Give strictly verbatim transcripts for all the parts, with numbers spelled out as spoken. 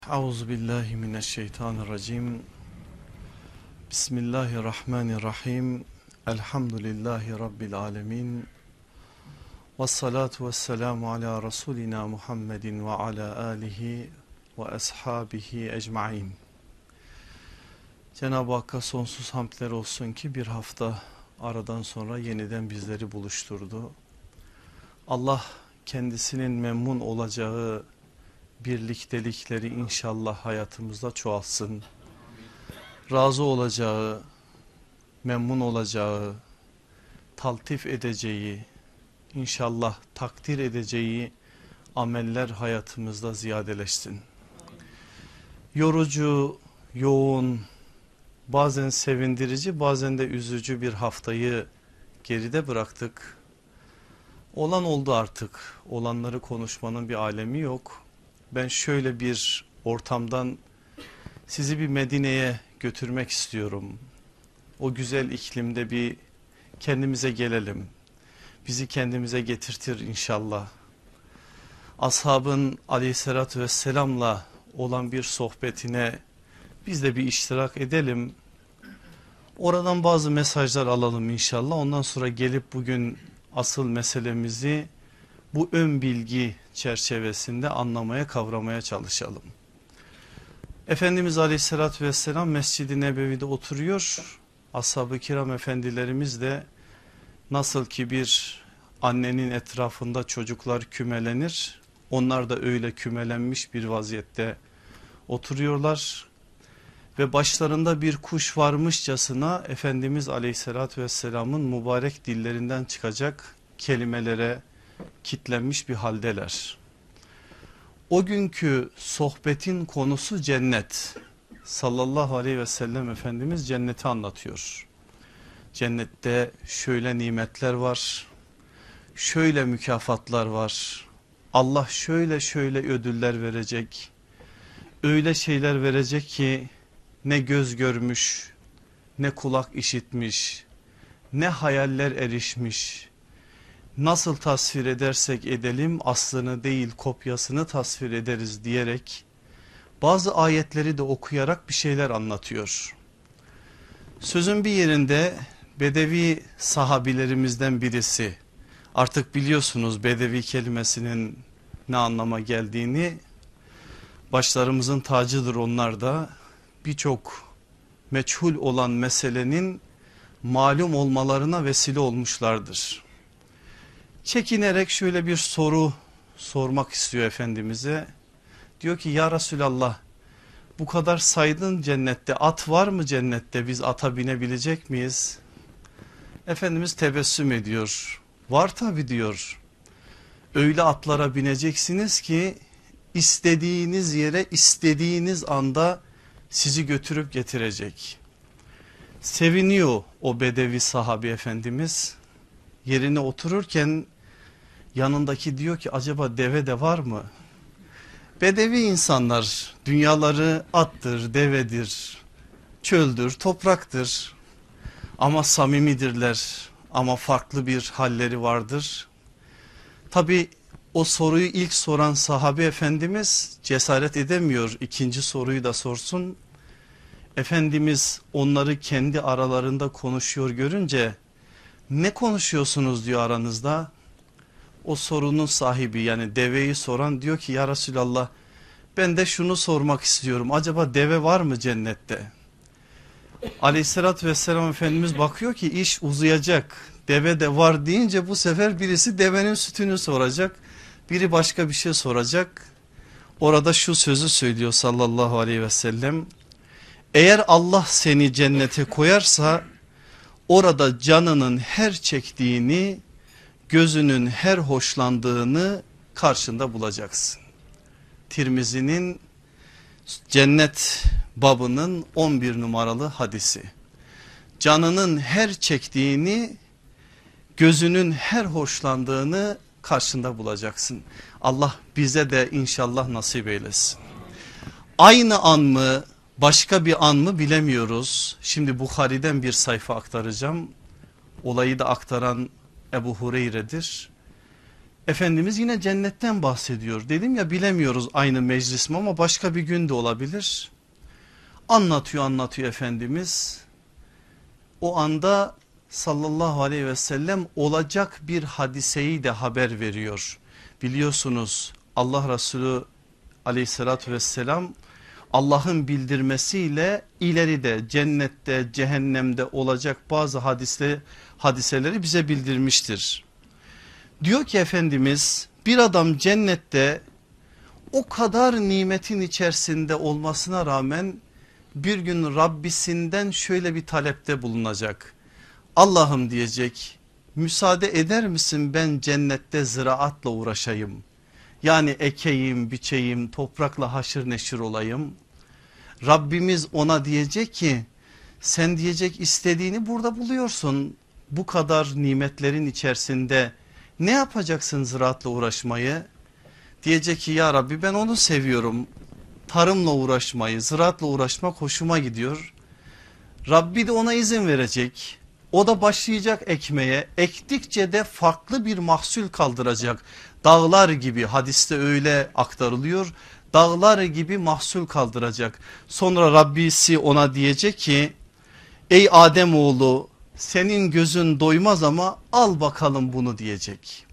Euzubillahimineşşeytanirracim. Bismillahirrahmanirrahim. Elhamdülillahi Rabbil alemin. Vessalatu vesselamu ala Resulina Muhammedin ve ala alihi ve ashabihi ecmain. Cenab-ı Hakk'a sonsuz hamdler olsun ki bir hafta aradan sonra yeniden bizleri buluşturdu. Allah kendisinin memnun olacağı birliktelikleri inşallah hayatımızda çoğalsın. Razı olacağı, memnun olacağı, taltif edeceği, inşallah takdir edeceği ameller hayatımızda ziyadeleşsin. Yorucu, yoğun, bazen sevindirici, bazen de üzücü bir haftayı geride bıraktık. Olan oldu artık. Olanları konuşmanın bir alemi yok. Ben şöyle bir ortamdan sizi bir Medine'ye götürmek istiyorum. O güzel iklimde bir kendimize gelelim. Bizi kendimize getirtir inşallah. Ashabın aleyhissalatü vesselamla olan bir sohbetine biz de bir iştirak edelim. Oradan bazı mesajlar alalım inşallah. Ondan sonra gelip bugün asıl meselemizi bu ön bilgi çerçevesinde anlamaya, kavramaya çalışalım. Efendimiz Aleyhisselatü Vesselam Mescid-i Nebevi'de oturuyor. Ashab-ı kiram efendilerimiz de nasıl ki bir annenin etrafında çocuklar kümelenir, onlar da öyle kümelenmiş bir vaziyette oturuyorlar. Ve başlarında bir kuş varmışçasına Efendimiz Aleyhisselatü Vesselam'ın mübarek dillerinden çıkacak kelimelere kitlenmiş bir haldeler. O günkü sohbetin konusu cennet. Sallallahu aleyhi ve sellem Efendimiz cenneti anlatıyor. Cennette şöyle nimetler var, şöyle mükafatlar var. Allah şöyle şöyle ödüller verecek. Öyle şeyler verecek ki ne göz görmüş, ne kulak işitmiş, ne hayaller erişmiş. Nasıl tasvir edersek edelim aslını değil kopyasını tasvir ederiz diyerek bazı ayetleri de okuyarak bir şeyler anlatıyor. Sözün bir yerinde Bedevi sahabilerimizden birisi, artık biliyorsunuz Bedevi kelimesinin ne anlama geldiğini, başlarımızın tacıdır onlar da, birçok meçhul olan meselenin malum olmalarına vesile olmuşlardır. Çekinerek şöyle bir soru sormak istiyor Efendimiz'e. Diyor ki ya Resulallah, bu kadar saydın cennette, at var mı cennette, biz ata binebilecek miyiz? Efendimiz tebessüm ediyor. Var tabi diyor. Öyle atlara bineceksiniz ki istediğiniz yere istediğiniz anda sizi götürüp getirecek. Seviniyor o Bedevi sahabi efendimiz. Yerine otururken yanındaki diyor ki acaba deve de var mı? Bedevi insanlar dünyaları attır, devedir, çöldür, topraktır. Ama samimidirler, ama farklı bir halleri vardır. Tabi o soruyu ilk soran sahabe efendimiz cesaret edemiyor, ikinci soruyu da sorsun. Efendimiz onları kendi aralarında konuşuyor görünce ne konuşuyorsunuz diyor aranızda. O sorunun sahibi yani deveyi soran diyor ki ya Resulallah, ben de şunu sormak istiyorum, acaba deve var mı cennette? Aleyhissalatü vesselam Efendimiz bakıyor ki iş uzayacak, deve de var deyince bu sefer birisi devenin sütünü soracak, biri başka bir şey soracak. Orada şu sözü söylüyor sallallahu aleyhi ve sellem, eğer Allah seni cennete koyarsa orada canının her çektiğini, gözünün her hoşlandığını karşında bulacaksın. Tirmizi'nin cennet babının on bir numaralı hadisi. Canının her çektiğini, gözünün her hoşlandığını karşında bulacaksın. Allah bize de inşallah nasip eylesin. Aynı an mı, başka bir an mı bilemiyoruz. Şimdi Bukhari'den bir sayfa aktaracağım. Olayı da aktaran Ebu Hureyre'dir. Efendimiz yine cennetten bahsediyor. Dedim ya bilemiyoruz aynı meclis mi ama başka bir gün de olabilir. Anlatıyor anlatıyor Efendimiz. O anda sallallahu aleyhi ve sellem olacak bir hadiseyi de haber veriyor. Biliyorsunuz Allah Resulü aleyhissalatü vesselam Allah'ın bildirmesiyle ileride cennette cehennemde olacak bazı hadisle, hadiseleri bize bildirmiştir. Diyor ki Efendimiz bir adam cennette o kadar nimetin içerisinde olmasına rağmen bir gün Rabbisinden şöyle bir talepte bulunacak. Allah'ım diyecek, müsaade eder misin ben cennette ziraatla uğraşayım? Yani ekeyim, biçeyim, toprakla haşır neşir olayım. Rabbimiz ona diyecek ki sen diyecek istediğini burada buluyorsun. Bu kadar nimetlerin içerisinde ne yapacaksın ziraatla uğraşmayı? Diyecek ki ya Rabbi ben onu seviyorum. Tarımla uğraşmayı, ziraatla uğraşmak hoşuma gidiyor. Rabbi de ona izin verecek. O da başlayacak ekmeye. Ektikçe de farklı bir mahsul kaldıracak. Dağlar gibi, hadiste öyle aktarılıyor. Dağlar gibi mahsul kaldıracak. Sonra Rabbisi ona diyecek ki ey Ademoğlu senin gözün doymaz ama al bakalım bunu diyecek.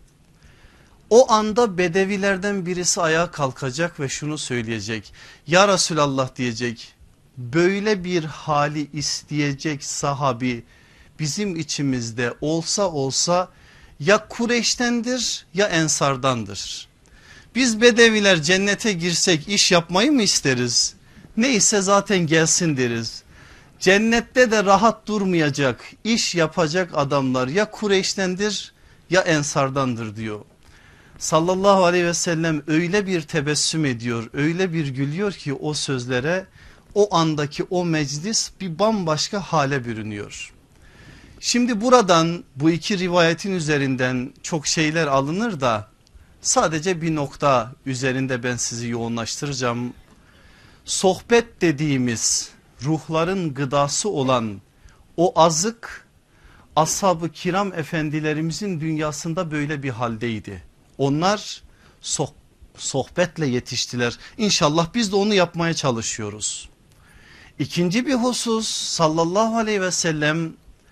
O anda bedevilerden birisi ayağa kalkacak ve şunu söyleyecek. Ya Resulallah diyecek, böyle bir hali isteyecek sahabi bizim içimizde olsa olsa ya Kureyş'tendir ya Ensar'dandır. Biz bedeviler cennete girsek iş yapmayı mı isteriz? Neyse zaten gelsin deriz. Cennette de rahat durmayacak, iş yapacak adamlar ya Kureyş'tendir ya Ensar'dandır diyor. Sallallahu aleyhi ve sellem öyle bir tebessüm ediyor, öyle bir gülüyor ki o sözlere, o andaki o meclis bir bambaşka hale bürünüyor. Şimdi buradan bu iki rivayetin üzerinden çok şeyler alınır da sadece bir nokta üzerinde ben sizi yoğunlaştıracağım. Sohbet dediğimiz ruhların gıdası olan o azık ashab-ı kiram efendilerimizin dünyasında böyle bir haldeydi. Onlar soh sohbetle yetiştiler. İnşallah biz de onu yapmaya çalışıyoruz. İkinci bir husus, sallallahu aleyhi ve sellem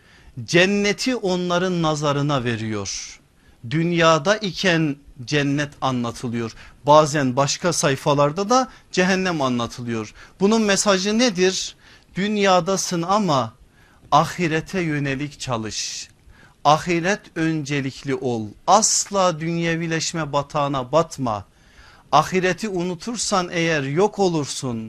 cenneti onların nazarına veriyor. Dünyada iken cennet anlatılıyor. Bazen başka sayfalarda da cehennem anlatılıyor. Bunun mesajı nedir? Dünyadasın ama ahirete yönelik çalış. Ahiret öncelikli ol. Asla dünyevileşme batağına batma. Ahireti unutursan eğer yok olursun,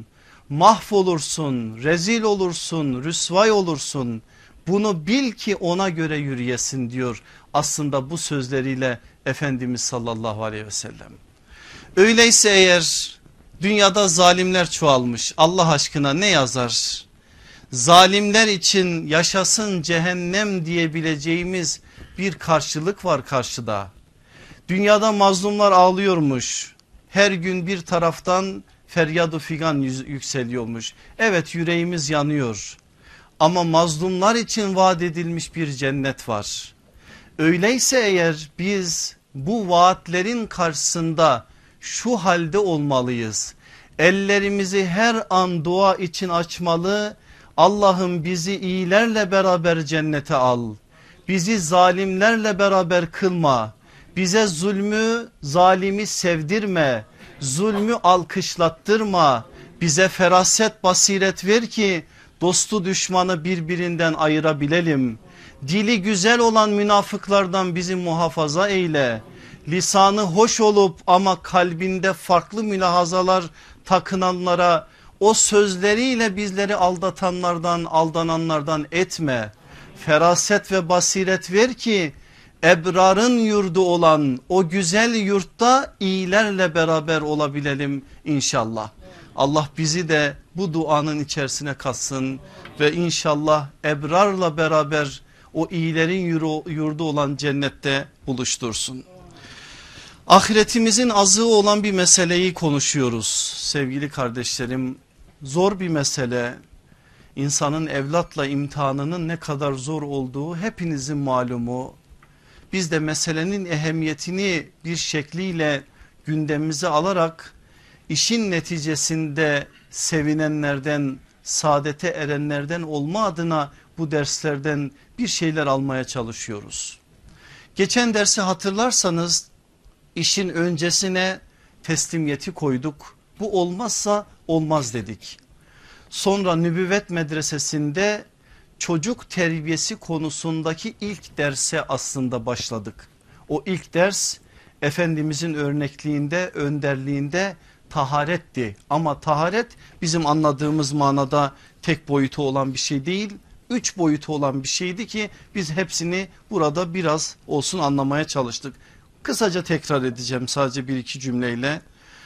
mahvolursun, rezil olursun, rüsvay olursun. Bunu bil ki ona göre yürüyesin diyor aslında bu sözleriyle Efendimiz sallallahu aleyhi ve sellem. Öyleyse eğer dünyada zalimler çoğalmış, Allah aşkına ne yazar? Zalimler için yaşasın cehennem diyebileceğimiz bir karşılık var karşıda. Dünyada mazlumlar ağlıyormuş. Her gün bir taraftan feryadu figan yükseliyormuş. Evet, yüreğimiz yanıyor. Ama mazlumlar için vaat edilmiş bir cennet var. Öyleyse eğer biz bu vaatlerin karşısında şu halde olmalıyız. Ellerimizi her an dua için açmalı. Allah'ım bizi iyilerle beraber cennete al. Bizi zalimlerle beraber kılma. Bize zulmü, zalimi sevdirme. Zulmü alkışlattırma. Bize feraset, basiret ver ki dostu düşmanı birbirinden ayırabilelim. Dili güzel olan münafıklardan bizi muhafaza eyle. Lisanı hoş olup ama kalbinde farklı mülahazalar takınanlara, o sözleriyle bizleri aldatanlardan, aldananlardan etme. Feraset ve basiret ver ki ebrarın yurdu olan o güzel yurtta iyilerle beraber olabilelim inşallah. Allah bizi de bu duanın içerisine katsın ve inşallah ebrarla beraber o iyilerin yurdu olan cennette buluştursun. Ahiretimizin azığı olan bir meseleyi konuşuyoruz sevgili kardeşlerim. Zor bir mesele. İnsanın evlatla imtihanının ne kadar zor olduğu hepinizin malumu. Biz de meselenin ehemmiyetini bir şekliyle gündemimize alarak işin neticesinde sevinenlerden, saadete erenlerden olma adına bu derslerden bir şeyler almaya çalışıyoruz. Geçen dersi hatırlarsanız işin öncesine teslimiyeti koyduk. Bu olmazsa olmaz dedik. Sonra nübüvvet medresesinde çocuk terbiyesi konusundaki ilk derse aslında başladık. O ilk ders Efendimizin örnekliğinde, önderliğinde taharetti. Ama taharet bizim anladığımız manada tek boyutu olan bir şey değil, üç boyutu olan bir şeydi ki biz hepsini burada biraz olsun anlamaya çalıştık. Kısaca tekrar edeceğim sadece bir iki cümleyle.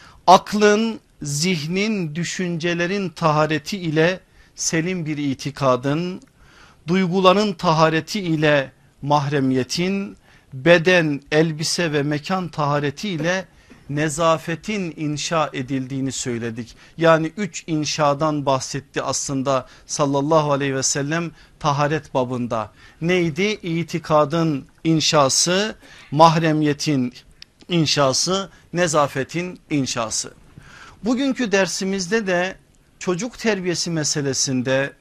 Aklın, zihnin, düşüncelerin tahareti ile selim bir itikadın, duyguların tahareti ile mahremiyetin, beden, elbise ve mekan tahareti ile nezafetin inşa edildiğini söyledik. Yani üç inşadan bahsetti aslında sallallahu aleyhi ve sellem taharet babında. Neydi? İtikadın inşası, mahremiyetin inşası, nezafetin inşası. Bugünkü dersimizde de çocuk terbiyesi meselesinde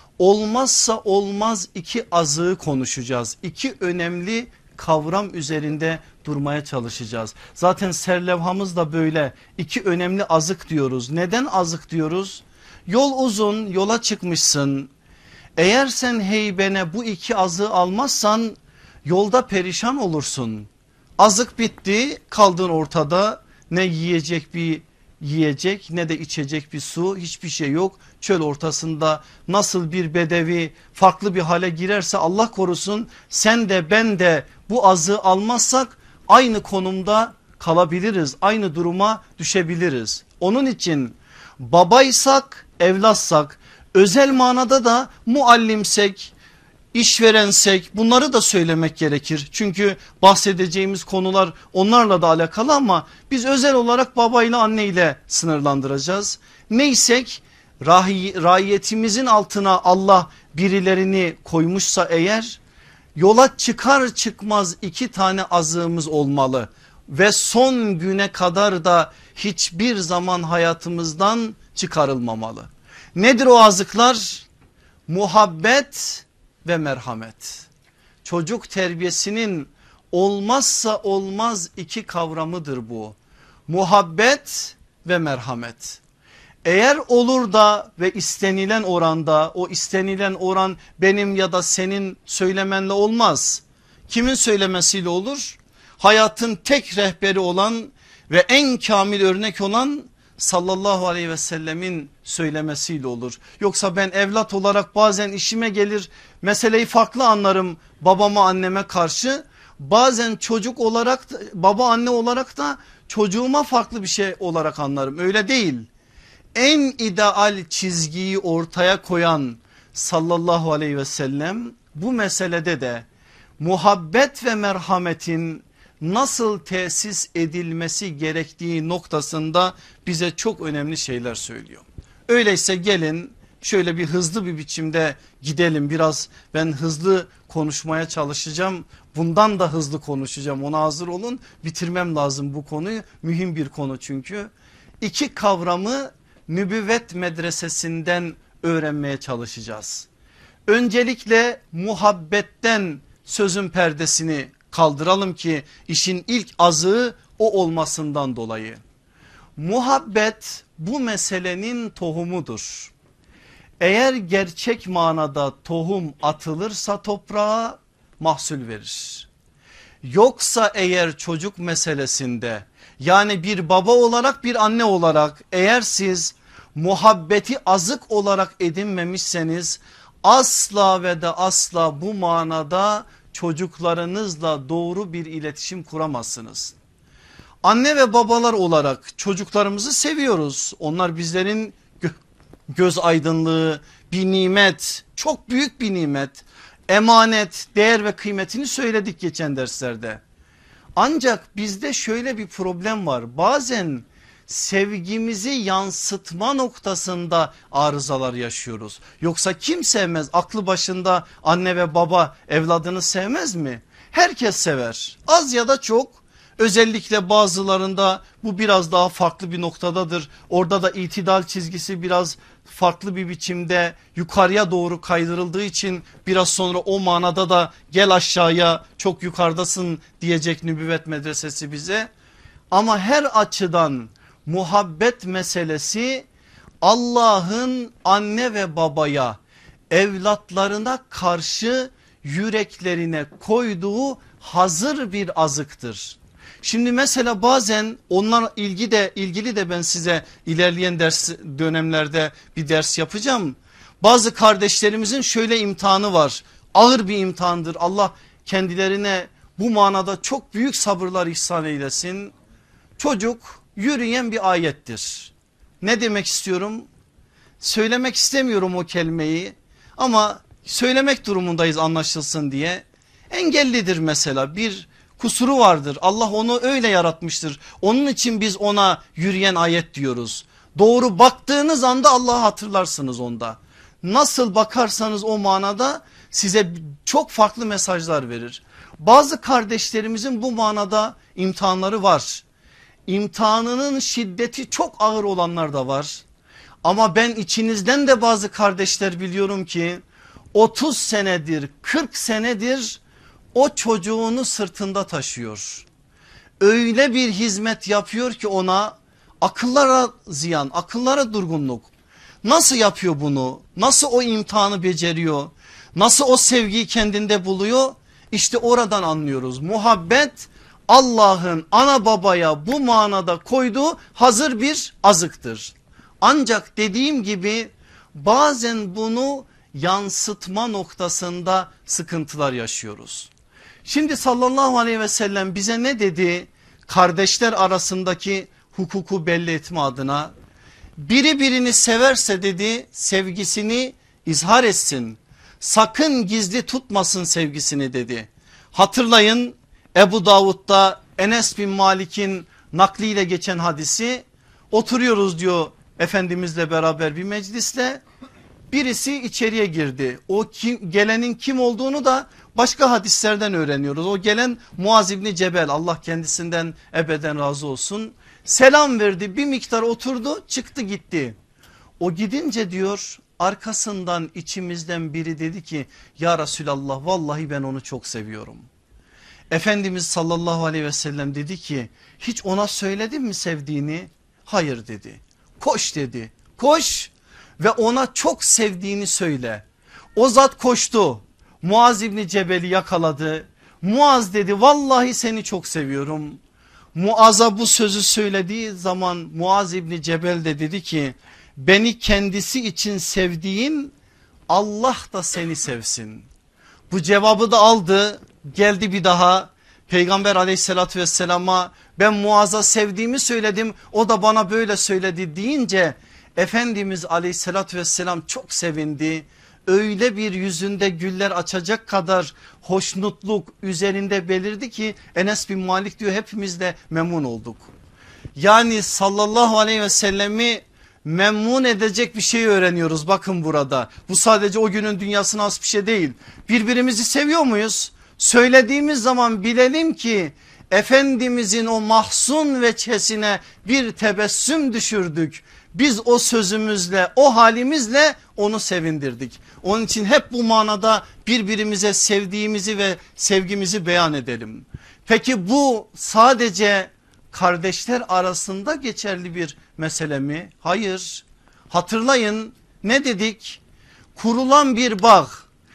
olmazsa olmaz iki azığı konuşacağız. İki önemli kavram üzerinde durmaya çalışacağız. Zaten serlevhamız da böyle, iki önemli azık diyoruz. Neden azık diyoruz? Yol uzun, yola çıkmışsın. Eğer sen heybene bu iki azığı almazsan yolda perişan olursun. Azık bitti, kaldın ortada, ne yiyecek bir yiyecek ne de içecek bir su, hiçbir şey yok. Çöl ortasında nasıl bir bedevi farklı bir hale girerse Allah korusun, sen de ben de bu azığı almazsak aynı konumda kalabiliriz, aynı duruma düşebiliriz. Onun için babaysak, evlatsak, özel manada da muallimsek, işverensek bunları da söylemek gerekir. Çünkü bahsedeceğimiz konular onlarla da alakalı ama biz özel olarak babayla anneyle sınırlandıracağız. Neysek raiyetimizin altına Allah birilerini koymuşsa eğer, yola çıkar çıkmaz iki tane azığımız olmalı. Ve son güne kadar da hiçbir zaman hayatımızdan çıkarılmamalı. Nedir o azıklar? Muhabbet ve merhamet. Çocuk terbiyesinin olmazsa olmaz iki kavramıdır bu. Muhabbet ve merhamet. Eğer olur da ve istenilen oranda, o istenilen oran benim ya da senin söylemenle olmaz. Kimin söylemesiyle olur? Hayatın tek rehberi olan ve en kamil örnek olan sallallahu aleyhi ve sellemin söylemesiyle olur. Yoksa ben evlat olarak bazen işime gelir, meseleyi farklı anlarım babama anneme karşı. Bazen çocuk olarak da, baba anne olarak da çocuğuma farklı bir şey olarak anlarım. Öyle değil. En ideal çizgiyi ortaya koyan sallallahu aleyhi ve sellem bu meselede de muhabbet ve merhametin nasıl tesis edilmesi gerektiği noktasında bize çok önemli şeyler söylüyor. Öyleyse gelin şöyle bir hızlı bir biçimde gidelim. Biraz ben hızlı konuşmaya çalışacağım. Bundan da hızlı konuşacağım, ona hazır olun. Bitirmem lazım bu konuyu, mühim bir konu çünkü. İki kavramı nübüvvet medresesinden öğrenmeye çalışacağız. Öncelikle muhabbetten sözün perdesini kaldıralım ki işin ilk azığı o olmasından dolayı. Muhabbet bu meselenin tohumudur. Eğer gerçek manada tohum atılırsa toprağa mahsul verir. Yoksa eğer çocuk meselesinde, yani bir baba olarak bir anne olarak eğer siz muhabbeti azık olarak edinmemişseniz asla ve de asla bu manada çocuklarınızla doğru bir iletişim kuramazsınız. Anne ve babalar olarak çocuklarımızı seviyoruz. Onlar bizlerin gö göz aydınlığı, bir nimet, çok büyük bir nimet. Emanet, değer ve kıymetini söyledik geçen derslerde. Ancak bizde şöyle bir problem var. Bazen sevgimizi yansıtma noktasında arızalar yaşıyoruz. Yoksa kim sevmez? Aklı başında anne ve baba evladını sevmez mi? Herkes sever, az ya da çok. Özellikle bazılarında bu biraz daha farklı bir noktadadır. Orada da itidal çizgisi biraz farklı bir biçimde yukarıya doğru kaydırıldığı için biraz sonra o manada da gel aşağıya çok yukarıdasın diyecek nübüvvet medresesi bize. Ama her açıdan muhabbet meselesi Allah'ın anne ve babaya, evlatlarına karşı yüreklerine koyduğu hazır bir azıktır. Şimdi mesela bazen onlar ilgi de ilgili de ben size ilerleyen ders dönemlerde bir ders yapacağım. Bazı kardeşlerimizin şöyle imtihanı var. Ağır bir imtihandır. Allah kendilerine bu manada çok büyük sabırlar ihsan eylesin. Çocuk yürüyen bir ayettir. Ne demek istiyorum? Söylemek istemiyorum o kelimeyi ama söylemek durumundayız anlaşılsın diye. Engellidir mesela, bir kusuru vardır. Allah onu öyle yaratmıştır. Onun için biz ona yürüyen ayet diyoruz. Doğru baktığınız anda Allah'ı hatırlarsınız onda. Nasıl bakarsanız o manada size çok farklı mesajlar verir. Bazı kardeşlerimizin bu manada imtihanları var. İmtihanının şiddeti çok ağır olanlar da var. Ama ben içinizden de bazı kardeşler biliyorum ki otuz senedir kırk senedir o çocuğunu sırtında taşıyor. Öyle bir hizmet yapıyor ki ona, akıllara ziyan, akıllara durgunluk. Nasıl yapıyor bunu? Nasıl o imtihanı beceriyor? Nasıl o sevgiyi kendinde buluyor? İşte oradan anlıyoruz. Muhabbet Allah'ın ana babaya bu manada koyduğu hazır bir azıktır. Ancak dediğim gibi bazen bunu yansıtma noktasında sıkıntılar yaşıyoruz. Şimdi sallallahu aleyhi ve sellem bize ne dedi? Kardeşler arasındaki hukuku belli etme adına. Biri birini severse dedi sevgisini izhar etsin. Sakın gizli tutmasın sevgisini dedi. Hatırlayın Ebu Davud'da Enes bin Malik'in nakliyle geçen hadisi. Oturuyoruz diyor Efendimizle beraber bir mecliste. Birisi içeriye girdi. O kim, gelenin kim olduğunu da başka hadislerden öğreniyoruz. O gelen Muaz İbni Cebel, Allah kendisinden ebeden razı olsun. Selam verdi, bir miktar oturdu, çıktı gitti. O gidince diyor arkasından içimizden biri dedi ki ya Resulallah vallahi ben onu çok seviyorum. Efendimiz sallallahu aleyhi ve sellem dedi ki hiç ona söyledin mi sevdiğini? Hayır dedi. Koş dedi, koş ve ona çok sevdiğini söyle. O zat koştu, Muaz İbni Cebel'i yakaladı. Muaz dedi vallahi seni çok seviyorum. Muaz'a bu sözü söylediği zaman Muaz İbni Cebel de dedi ki beni kendisi için sevdiğin Allah da seni sevsin. Bu cevabı da aldı, geldi bir daha Peygamber aleyhissalatü vesselama ben Muaz'a sevdiğimi söyledim, o da bana böyle söyledi deyince Efendimiz aleyhissalatü vesselam çok sevindi. Öyle bir yüzünde güller açacak kadar hoşnutluk üzerinde belirdi ki Enes bin Malik diyor hepimiz de memnun olduk. Yani sallallahu aleyhi ve sellemi memnun edecek bir şey öğreniyoruz bakın burada. Bu sadece o günün dünyasına has bir şey değil. Birbirimizi seviyor muyuz? Söylediğimiz zaman bilelim ki Efendimizin o mahzun veçhesine bir tebessüm düşürdük. Biz o sözümüzle, o halimizle onu sevindirdik. Onun için hep bu manada birbirimize sevdiğimizi ve sevgimizi beyan edelim. Peki bu sadece kardeşler arasında geçerli bir mesele mi? Hayır. Hatırlayın ne dedik? Kurulan bir bağ,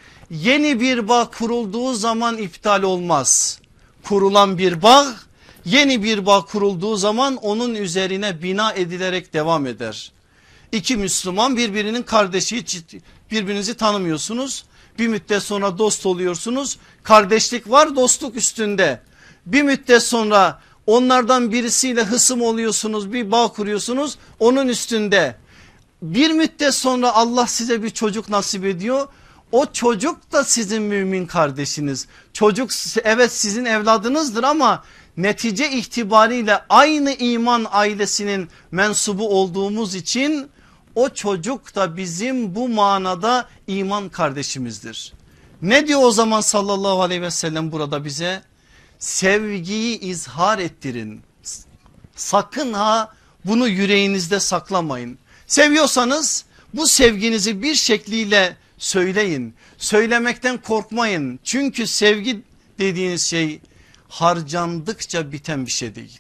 yeni bir bağ kurulduğu zaman iptal olmaz. Kurulan bir bağ, yeni bir bağ kurulduğu zaman onun üzerine bina edilerek devam eder. İki Müslüman birbirinin kardeşi, hiç birbirinizi tanımıyorsunuz. Bir müddet sonra dost oluyorsunuz. Kardeşlik var, dostluk üstünde. Bir müddet sonra onlardan birisiyle hısım oluyorsunuz, bir bağ kuruyorsunuz, onun üstünde. Bir müddet sonra Allah size bir çocuk nasip ediyor. O çocuk da sizin mümin kardeşiniz. Çocuk evet sizin evladınızdır ama netice itibariyle aynı iman ailesinin mensubu olduğumuz için o çocuk da bizim bu manada iman kardeşimizdir. Ne diyor o zaman sallallahu aleyhi ve sellem burada bize? Sevgiyi izhar ettirin. Sakın ha bunu yüreğinizde saklamayın. Seviyorsanız bu sevginizi bir şekliyle söyleyin. Söylemekten korkmayın. Çünkü sevgi dediğiniz şey harcandıkça biten bir şey değil.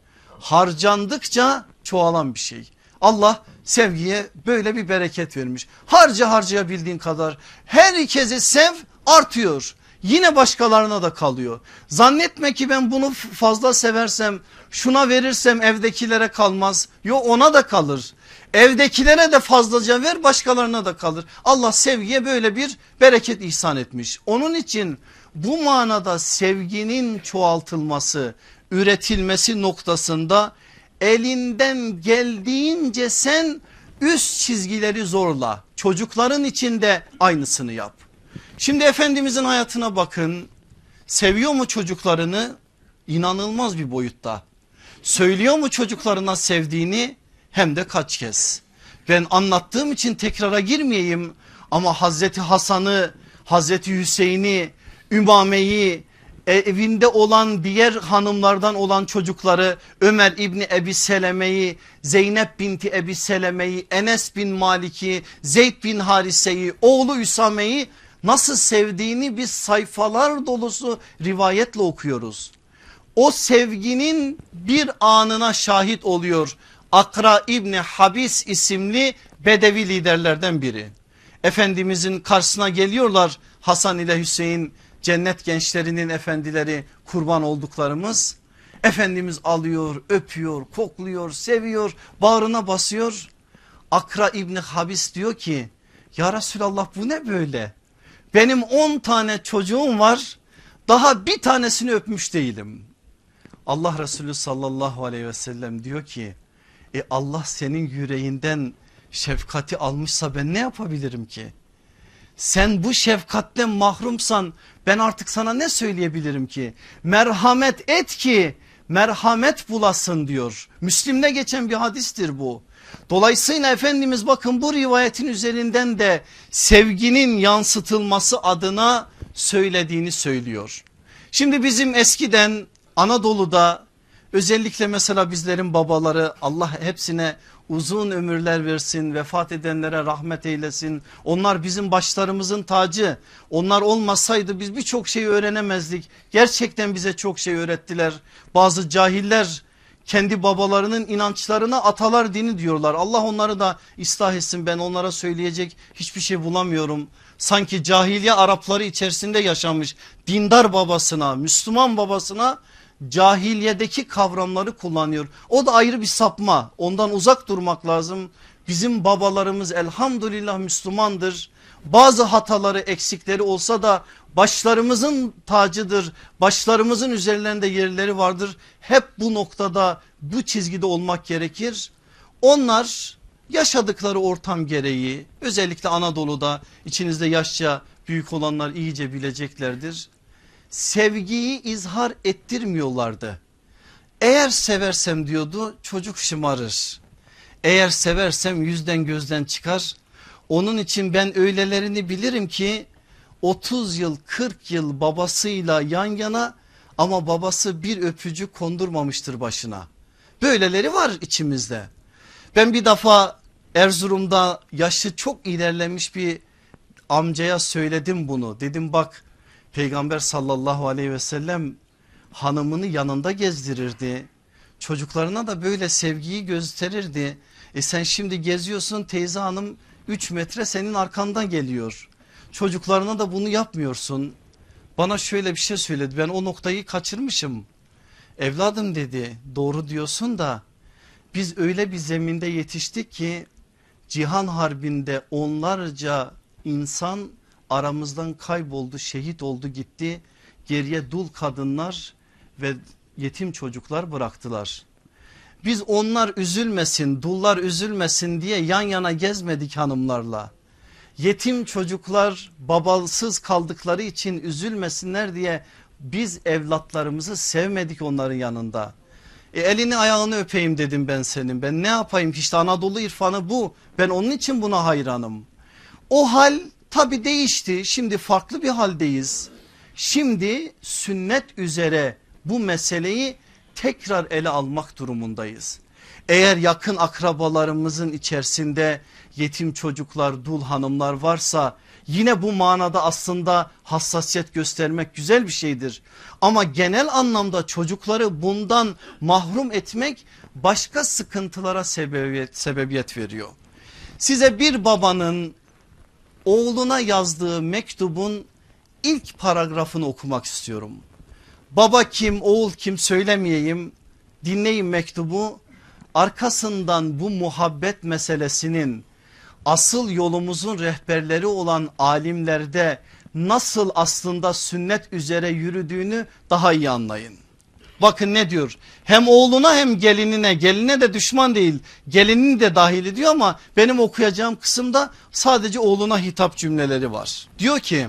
Harcandıkça çoğalan bir şey. Allah sevgiye böyle bir bereket vermiş. Harca harcayabildiğin kadar, herkesi sev, artıyor. Yine başkalarına da kalıyor. Zannetme ki ben bunu fazla seversem, şuna verirsem evdekilere kalmaz. Yok, ona da kalır. Evdekilere de fazlaca ver, başkalarına da kalır. Allah sevgiye böyle bir bereket ihsan etmiş. Onun için bu manada sevginin çoğaltılması, üretilmesi noktasında elinden geldiğince sen üst çizgileri zorla. Çocukların içinde aynısını yap. Şimdi Efendimizin hayatına bakın. Seviyor mu çocuklarını? İnanılmaz bir boyutta. Söylüyor mu çocuklarına sevdiğini? Hem de kaç kez. Ben anlattığım için tekrara girmeyeyim ama Hazreti Hasan'ı, Hazreti Hüseyin'i, Ümame'yi, evinde olan diğer hanımlardan olan çocukları, Ömer İbni Ebi Seleme'yi, Zeynep binti Ebi Seleme'yi, Enes bin Malik'i, Zeyd bin Harise'yi, oğlu Üsame'yi nasıl sevdiğini biz sayfalar dolusu rivayetle okuyoruz. O sevginin bir anına şahit oluyor Akra İbni Habis isimli Bedevi liderlerden biri. Efendimizin karşısına geliyorlar Hasan ile Hüseyin, cennet gençlerinin efendileri, kurban olduklarımız. Efendimiz alıyor, öpüyor, kokluyor, seviyor, bağrına basıyor. Akra İbni Habis diyor ki ya Resulallah bu ne böyle? Benim on tane çocuğum var, daha bir tanesini öpmüş değilim. Allah Resulü sallallahu aleyhi ve sellem diyor ki e Allah senin yüreğinden şefkati almışsa ben ne yapabilirim ki? Sen bu şefkatten mahrumsan ben artık sana ne söyleyebilirim ki? Merhamet et ki merhamet bulasın diyor. Müslim'de geçen bir hadistir bu. Dolayısıyla Efendimiz bakın bu rivayetin üzerinden de sevginin yansıtılması adına söylediğini söylüyor. Şimdi bizim eskiden Anadolu'da özellikle mesela bizlerin babaları, Allah hepsine uzun ömürler versin, vefat edenlere rahmet eylesin. Onlar bizim başlarımızın tacı. Onlar olmasaydı biz birçok şey öğrenemezdik. Gerçekten bize çok şey öğrettiler. Bazı cahiller kendi babalarının inançlarına atalar dini diyorlar. Allah onları da ıslah etsin, ben onlara söyleyecek hiçbir şey bulamıyorum. Sanki cahiliye Arapları içerisinde yaşamış dindar babasına, Müslüman babasına cahiliyedeki kavramları kullanıyor. O da ayrı bir sapma, ondan uzak durmak lazım. Bizim babalarımız elhamdülillah Müslümandır. Bazı hataları, eksikleri olsa da başlarımızın tacıdır. Başlarımızın üzerlerinde yerleri vardır. Hep bu noktada, bu çizgide olmak gerekir. Onlar yaşadıkları ortam gereği, özellikle Anadolu'da, içinizde yaşça büyük olanlar iyice bileceklerdir. Sevgiyi izhar ettirmiyorlardı. Eğer seversem diyordu çocuk şımarır. Eğer seversem yüzden gözden çıkar. Onun için ben öylelerini bilirim ki otuz yıl kırk yıl babasıyla yan yana ama babası bir öpücük kondurmamıştır başına. Böyleleri var içimizde. Ben bir defa Erzurum'da yaşı çok ilerlemiş bir amcaya söyledim bunu. Dedim bak, Peygamber sallallahu aleyhi ve sellem hanımını yanında gezdirirdi. Çocuklarına da böyle sevgiyi gösterirdi. E sen şimdi geziyorsun, teyze hanım üç metre senin arkandan geliyor. Çocuklarına da bunu yapmıyorsun. Bana şöyle bir şey söyledi, ben o noktayı kaçırmışım. Evladım dedi, doğru diyorsun da biz öyle bir zeminde yetiştik ki Cihan Harbi'nde onlarca insan aramızdan kayboldu, şehit oldu gitti. Geriye dul kadınlar ve yetim çocuklar bıraktılar. Biz onlar üzülmesin, dullar üzülmesin diye yan yana gezmedik hanımlarla. Yetim çocuklar babasız kaldıkları için üzülmesinler diye biz evlatlarımızı sevmedik onların yanında. E elini ayağını öpeyim dedim ben senin, ben ne yapayım, işte Anadolu irfanı bu, ben onun için buna hayranım. O hal Tabi değişti, şimdi farklı bir haldeyiz. Şimdi sünnet üzere bu meseleyi tekrar ele almak durumundayız. Eğer yakın akrabalarımızın içerisinde yetim çocuklar, dul hanımlar varsa yine bu manada aslında hassasiyet göstermek güzel bir şeydir. Ama genel anlamda çocukları bundan mahrum etmek başka sıkıntılara sebebiyet, sebebiyet veriyor. Size bir babanın oğluna yazdığı mektubun ilk paragrafını okumak istiyorum. Baba kim, oğul kim söylemeyeyim, dinleyin mektubu. Arkasından bu muhabbet meselesinin asıl yolumuzun rehberleri olan alimlerde nasıl aslında sünnet üzere yürüdüğünü daha iyi anlayın. Bakın ne diyor, hem oğluna hem gelinine, geline de düşman değil, gelinini de dahil ediyor ama benim okuyacağım kısımda sadece oğluna hitap cümleleri var. Diyor ki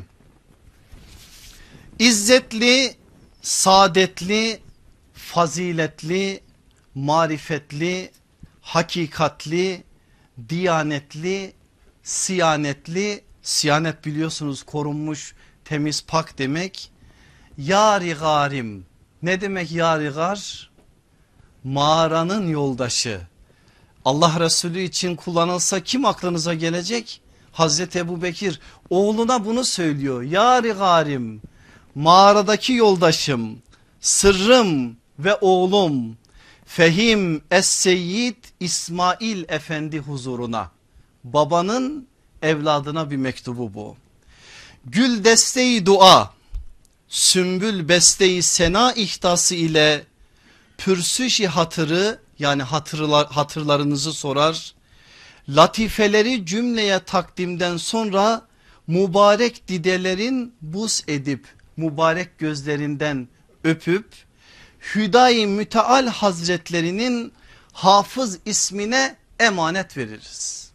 İzzetli, saadetli, faziletli, marifetli, hakikatli, diyanetli, siyanetli, siyanet biliyorsunuz korunmuş, temiz, pak demek. Yari garim, ne demek yari gar? Mağaranın yoldaşı. Allah Resulü için kullanılsa kim aklınıza gelecek? Hazreti Ebubekir oğluna bunu söylüyor. Yari garim, mağaradaki yoldaşım, sırrım ve oğlum Fehim Es-Seyyid İsmail Efendi huzuruna. Babanın evladına bir mektubu bu. Gül desteği dua, sümbül besteyi sena ihtası ile pürsüşi hatırı, yani hatırlar, hatırlarınızı sorar. Latifeleri cümleye takdimden sonra mübarek didelerin buz edip mübarek gözlerinden öpüp Hüdayi Müteal Hazretlerinin Hafız ismine emanet veririz.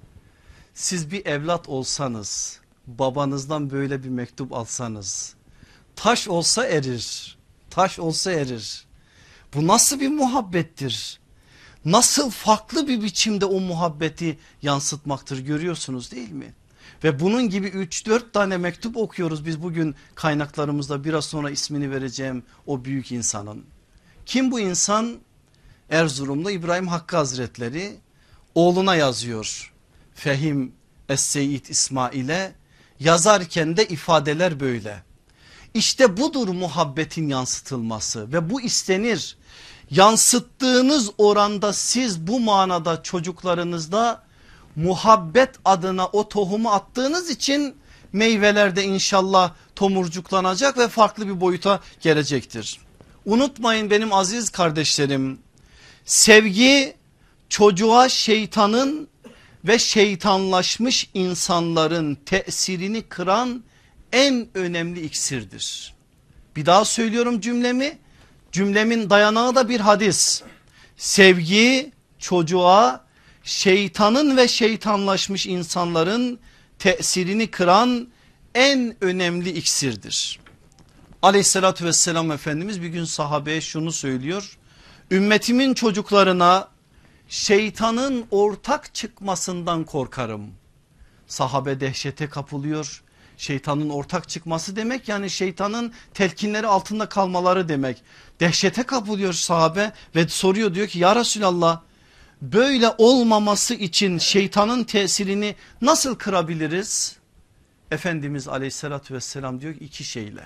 Siz bir evlat olsanız, babanızdan böyle bir mektup alsanız, taş olsa erir, taş olsa erir. Bu nasıl bir muhabbettir? Nasıl farklı bir biçimde o muhabbeti yansıtmaktır, görüyorsunuz değil mi? Ve bunun gibi üç dört tane mektup okuyoruz biz bugün kaynaklarımızda, biraz sonra ismini vereceğim o büyük insanın. Kim bu insan? Erzurumlu İbrahim Hakkı Hazretleri oğluna yazıyor. Fehim Es-Seyyid İsmail'e, yazarken de ifadeler böyle. İşte budur muhabbetin yansıtılması ve bu istenir. Yansıttığınız oranda siz bu manada çocuklarınızda muhabbet adına o tohumu attığınız için meyveler de inşallah tomurcuklanacak ve farklı bir boyuta gelecektir. Unutmayın benim aziz kardeşlerim, sevgi çocuğa şeytanın ve şeytanlaşmış insanların tesirini kıran en önemli iksirdir. Bir daha söylüyorum cümlemi, cümlemin dayanağı da bir hadis. Sevgi çocuğa şeytanın ve şeytanlaşmış insanların tesirini kıran en önemli iksirdir. Aleyhissalatü vesselam Efendimiz bir gün sahabeye şunu söylüyor. Ümmetimin çocuklarına şeytanın ortak çıkmasından korkarım. Sahabe dehşete kapılıyor. Şeytanın ortak çıkması demek yani şeytanın telkinleri altında kalmaları demek. Dehşete kapılıyor sahabe ve soruyor, diyor ki ya Resulallah, böyle olmaması için şeytanın tesirini nasıl kırabiliriz? Efendimiz aleyhissalatü vesselam diyor ki iki şeyle.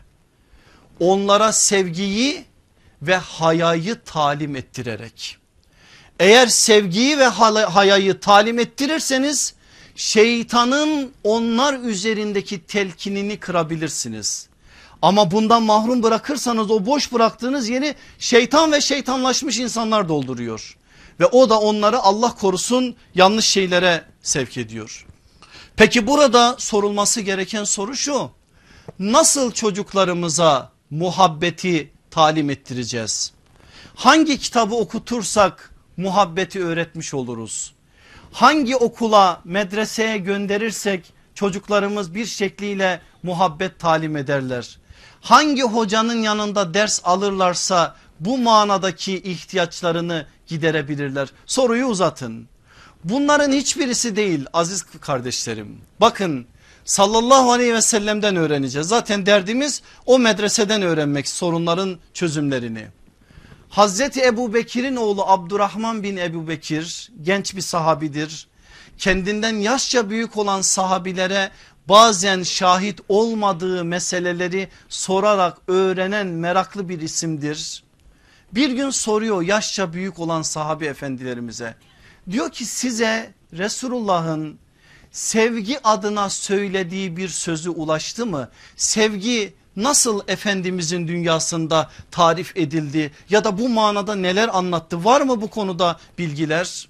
Onlara sevgiyi ve hayayı talim ettirerek. Eğer sevgiyi ve hayayı talim ettirirseniz şeytanın onlar üzerindeki telkinini kırabilirsiniz. Ama bundan mahrum bırakırsanız o boş bıraktığınız yeri şeytan ve şeytanlaşmış insanlar dolduruyor. Ve o da onları Allah korusun yanlış şeylere sevk ediyor. Peki burada sorulması gereken soru şu: nasıl çocuklarımıza muhabbeti talim ettireceğiz? Hangi kitabı okutursak muhabbeti öğretmiş oluruz? Hangi okula, medreseye gönderirsek çocuklarımız bir şekliyle muhabbet talim ederler? Hangi hocanın yanında ders alırlarsa bu manadaki ihtiyaçlarını giderebilirler? Soruyu uzatın. Bunların hiçbirisi değil aziz kardeşlerim. Bakın, sallallahu aleyhi ve sellem'den öğreneceğiz. Zaten derdimiz o medreseden öğrenmek sorunların çözümlerini. Hazreti Ebu Bekir'in oğlu Abdurrahman bin Ebu Bekir genç bir sahabidir. Kendinden yaşça büyük olan sahabilere bazen şahit olmadığı meseleleri sorarak öğrenen meraklı bir isimdir. Bir gün soruyor yaşça büyük olan sahabi efendilerimize. Diyor ki size Resulullah'ın sevgi adına söylediği bir sözü ulaştı mı? Sevgi nasıl Efendimizin dünyasında tarif edildi ya da bu manada neler anlattı? Var mı bu konuda bilgiler?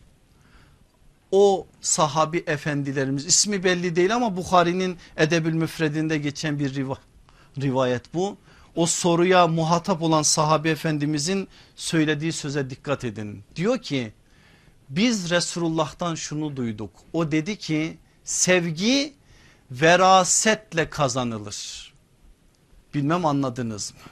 O sahabi efendilerimiz, ismi belli değil ama Bukhari'nin Edebül Müfredinde geçen bir riva, rivayet bu. O soruya muhatap olan sahabi efendimizin söylediği söze dikkat edin. Diyor ki biz Resulullah'tan şunu duyduk. O dedi ki sevgi verasetle kazanılır. Bilmem anladınız mı?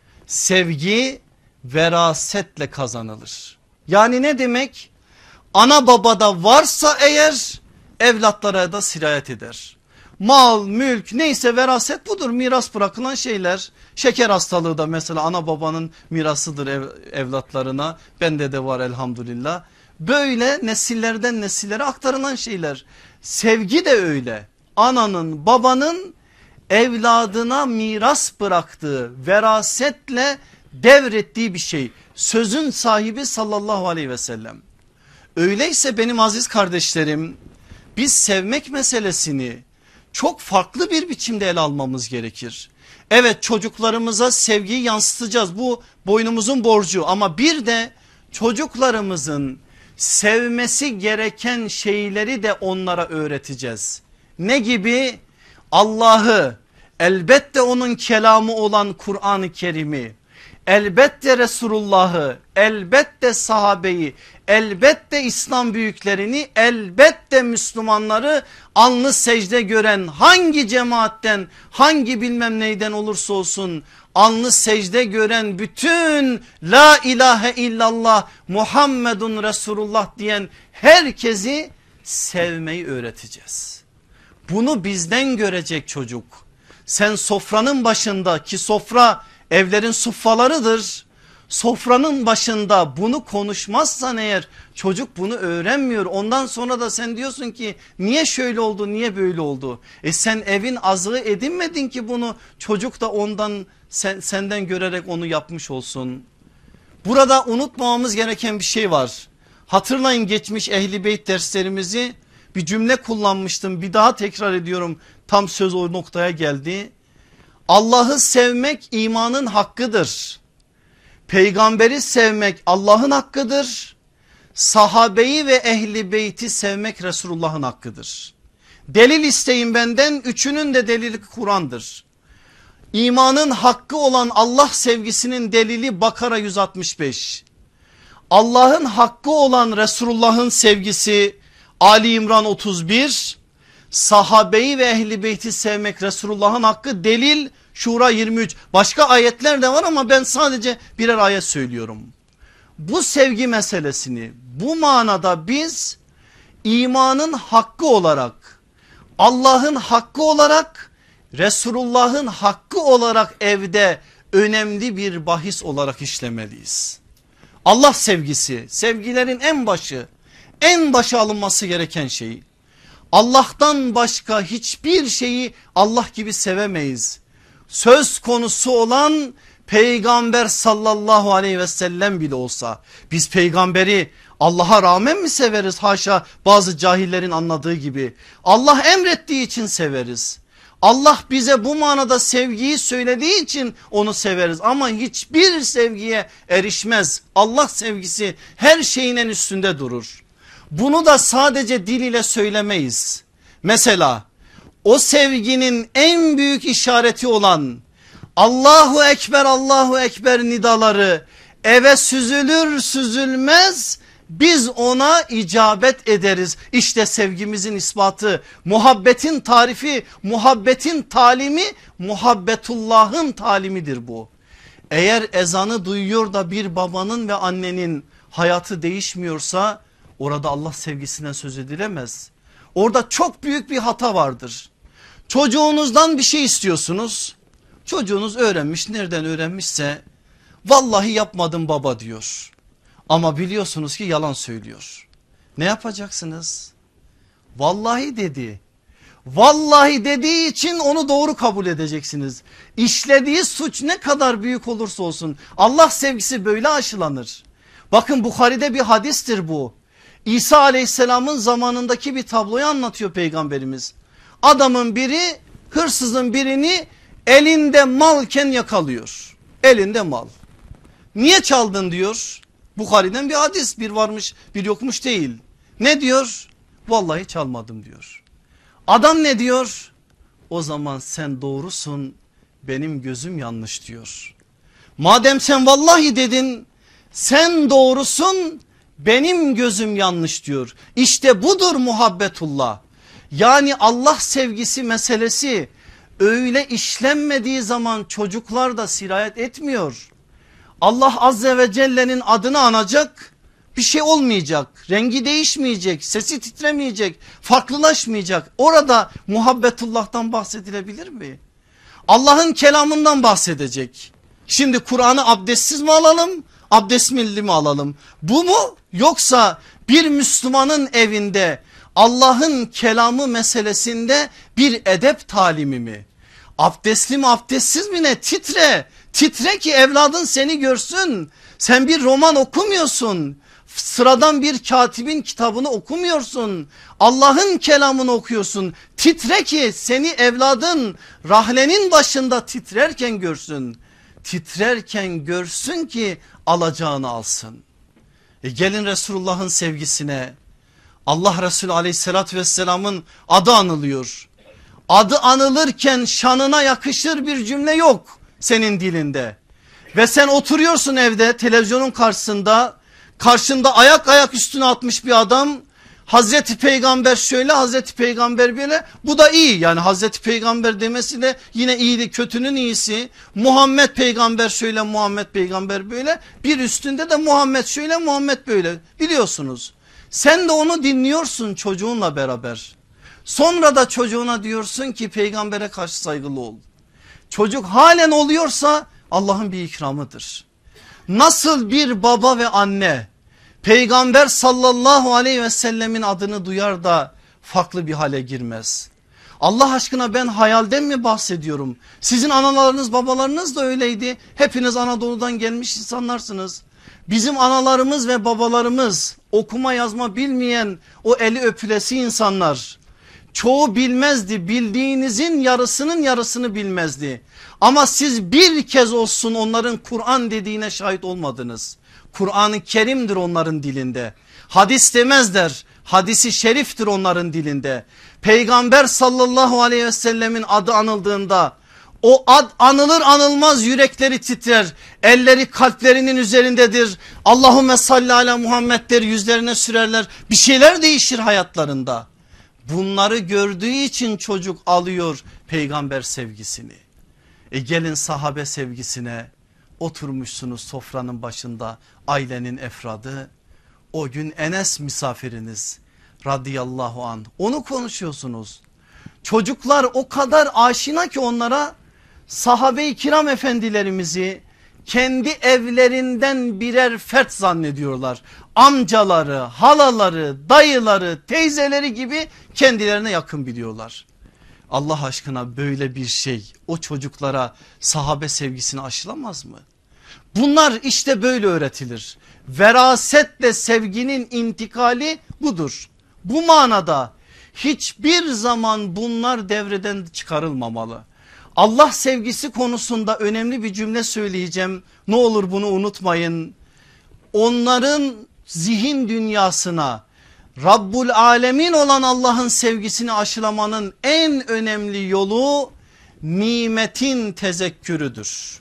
Sevgi verasetle kazanılır. Yani ne demek? Ana babada varsa eğer evlatlara da sirayet eder. Mal, mülk neyse veraset budur, miras bırakılan şeyler. Şeker hastalığı da mesela ana babanın mirasıdır ev, evlatlarına. Bende de var elhamdülillah. Böyle nesillerden nesillere aktarılan şeyler. Sevgi de öyle. Ananın babanın evladına miras bıraktığı, verasetle devrettiği bir şey. Sözün sahibi sallallahu aleyhi ve sellem. Öyleyse benim aziz kardeşlerim, biz sevmek meselesini çok farklı bir biçimde ele almamız gerekir. Evet, çocuklarımıza sevgiyi yansıtacağız, bu boynumuzun borcu, ama bir de çocuklarımızın sevmesi gereken şeyleri de onlara öğreteceğiz. Ne gibi? Allah'ı, elbette onun kelamı olan Kur'an-ı Kerim'i, elbette Resulullah'ı, elbette sahabeyi, elbette İslam büyüklerini, elbette Müslümanları alnı secde gören hangi cemaatten, hangi bilmem neyden olursa olsun alnı secde gören bütün la ilahe illallah Muhammedun Resulullah diyen herkesi sevmeyi öğreteceğiz. Bunu bizden görecek çocuk. Sen sofranın başında, ki sofra evlerin suffalarıdır. Sofranın başında bunu konuşmazsan eğer çocuk bunu öğrenmiyor. Ondan sonra da sen diyorsun ki niye şöyle oldu, niye böyle oldu? E sen evin azığı edinmedin ki bunu çocuk da ondan sen, senden görerek onu yapmış olsun. Burada unutmamamız gereken bir şey var. Hatırlayın geçmiş Ehl-i Beyt derslerimizi, bir cümle kullanmıştım, bir daha tekrar ediyorum, tam söz o noktaya geldi. Allah'ı sevmek imanın hakkıdır. Peygamberi sevmek Allah'ın hakkıdır. Sahabeyi ve ehli beyti sevmek Resulullah'ın hakkıdır. Delil isteyin benden, üçünün de delili Kur'an'dır. İmanın hakkı olan Allah sevgisinin delili Bakara yüz altmış beş. Allah'ın hakkı olan Resulullah'ın sevgisi Ali İmran otuz bir. Sahabeyi ve ehli beyti sevmek Resulullah'ın hakkı, delil Şura yirmi üç. Başka ayetler de var ama ben sadece birer ayet söylüyorum. Bu sevgi meselesini bu manada biz imanın hakkı olarak, Allah'ın hakkı olarak, Resulullah'ın hakkı olarak evde önemli bir bahis olarak işlemeliyiz. Allah sevgisi, sevgilerin en başı, en başa alınması gereken şey. Allah'tan başka hiçbir şeyi Allah gibi sevemeyiz. Söz konusu olan peygamber sallallahu aleyhi ve sellem bile olsa biz peygamberi Allah'a rağmen mi severiz? Haşa, bazı cahillerin anladığı gibi. Allah emrettiği için severiz. Allah bize bu manada sevgiyi söylediği için onu severiz, ama hiçbir sevgiye erişmez. Allah sevgisi her şeyin en üstünde durur. Bunu da sadece dil ile söylemeyiz. Mesela o sevginin en büyük işareti olan Allahu Ekber, Allahu Ekber nidaları eve süzülür süzülmez biz ona icabet ederiz. İşte sevgimizin ispatı, muhabbetin tarifi, muhabbetin talimi, muhabbetullah'ın talimidir bu. Eğer ezanı duyuyor da bir babanın ve annenin hayatı değişmiyorsa orada Allah sevgisinden söz edilemez. Orada çok büyük bir hata vardır. Çocuğunuzdan bir şey istiyorsunuz. Çocuğunuz öğrenmiş, nereden öğrenmişse vallahi yapmadım baba diyor. Ama biliyorsunuz ki yalan söylüyor. Ne yapacaksınız? Vallahi dedi. Vallahi dediği için onu doğru kabul edeceksiniz. İşlediği suç ne kadar büyük olursa olsun Allah sevgisi böyle aşılanır. Bakın Bukhari'de bir hadistir bu. İsa aleyhisselamın zamanındaki bir tabloyu anlatıyor peygamberimiz. Adamın biri hırsızın birini elinde malken yakalıyor. Elinde mal. Niye çaldın diyor. Bukhari'den bir hadis, bir varmış bir yokmuş değil. Ne diyor? Vallahi çalmadım diyor. Adam ne diyor? O zaman sen doğrusun, benim gözüm yanlış diyor. Madem sen vallahi dedin, sen doğrusun, benim gözüm yanlış diyor. İşte budur muhabbetullah. Yani Allah sevgisi meselesi öyle işlenmediği zaman çocuklar da sirayet etmiyor. Allah azze ve celle'nin adını anacak, bir şey olmayacak, rengi değişmeyecek, sesi titremeyecek, farklılaşmayacak. Orada muhabbetullah'tan bahsedilebilir mi? Allah'ın kelamından bahsedecek. Şimdi Kur'an'ı abdestsiz mi alalım, abdestli mi alalım? Bu mu, yoksa bir Müslümanın evinde Allah'ın kelamı meselesinde bir edep talimi mi? Abdestli mi abdestsiz mi ne? Titre, titre ki evladın seni görsün. Sen bir roman okumuyorsun. Sıradan bir katibin kitabını okumuyorsun. Allah'ın kelamını okuyorsun. Titre ki seni evladın rahlenin başında titrerken görsün. Titrerken görsün ki alacağını alsın. E gelin Resulullah'ın sevgisine. Allah Resulü aleyhissalatü vesselamın adı anılıyor. Adı anılırken şanına yakışır bir cümle yok senin dilinde. Ve sen oturuyorsun evde televizyonun karşısında, karşında ayak ayak üstüne atmış bir adam. Hazreti Peygamber şöyle, Hazreti Peygamber böyle, bu da iyi. Yani Hazreti Peygamber demesi de yine iyiydi, kötünün iyisi. Muhammed Peygamber şöyle, Muhammed Peygamber böyle, bir üstünde de Muhammed şöyle, Muhammed böyle, biliyorsunuz. Sen de onu dinliyorsun çocuğunla beraber. Sonra da çocuğuna diyorsun ki peygambere karşı saygılı ol. Çocuk halen oluyorsa Allah'ın bir ikramıdır. Nasıl bir baba ve anne peygamber sallallahu aleyhi ve sellemin adını duyar da farklı bir hale girmez? Allah aşkına ben hayalden mi bahsediyorum? Sizin analarınız babalarınız da öyleydi. Hepiniz Anadolu'dan gelmiş insanlarsınız. Bizim analarımız ve babalarımız okuma yazma bilmeyen o eli öpülesi insanlar. Çoğu bilmezdi, bildiğinizin yarısının yarısını bilmezdi. Ama siz bir kez olsun onların Kur'an dediğine şahit olmadınız. Kur'an-ı Kerim'dir onların dilinde. Hadis demezler, hadisi şeriftir onların dilinde. Peygamber sallallahu aleyhi ve sellemin adı anıldığında o ad anılır anılmaz yürekleri titrer. Elleri kalplerinin üzerindedir. Allahümme salli ala Muhammed'leri yüzlerine sürerler. Bir şeyler değişir hayatlarında. Bunları gördüğü için çocuk alıyor peygamber sevgisini. E gelin sahabe sevgisine. Oturmuşsunuz sofranın başında, ailenin efradı. O gün Enes misafiriniz radıyallahu anh, onu konuşuyorsunuz. Çocuklar o kadar aşina ki onlara, sahabe-i kiram efendilerimizi kendi evlerinden birer fert zannediyorlar. Amcaları, halaları, dayıları, teyzeleri gibi kendilerine yakın biliyorlar. Allah aşkına böyle bir şey o çocuklara sahabe sevgisini aşılamaz mı? Bunlar işte böyle öğretilir. Verasetle sevginin intikali budur. Bu manada hiçbir zaman bunlar devreden çıkarılmamalı. Allah sevgisi konusunda önemli bir cümle söyleyeceğim. Ne olur bunu unutmayın. Onların zihin dünyasına Rabbul Alemin olan Allah'ın sevgisini aşılamanın en önemli yolu nimetin tezekkürüdür.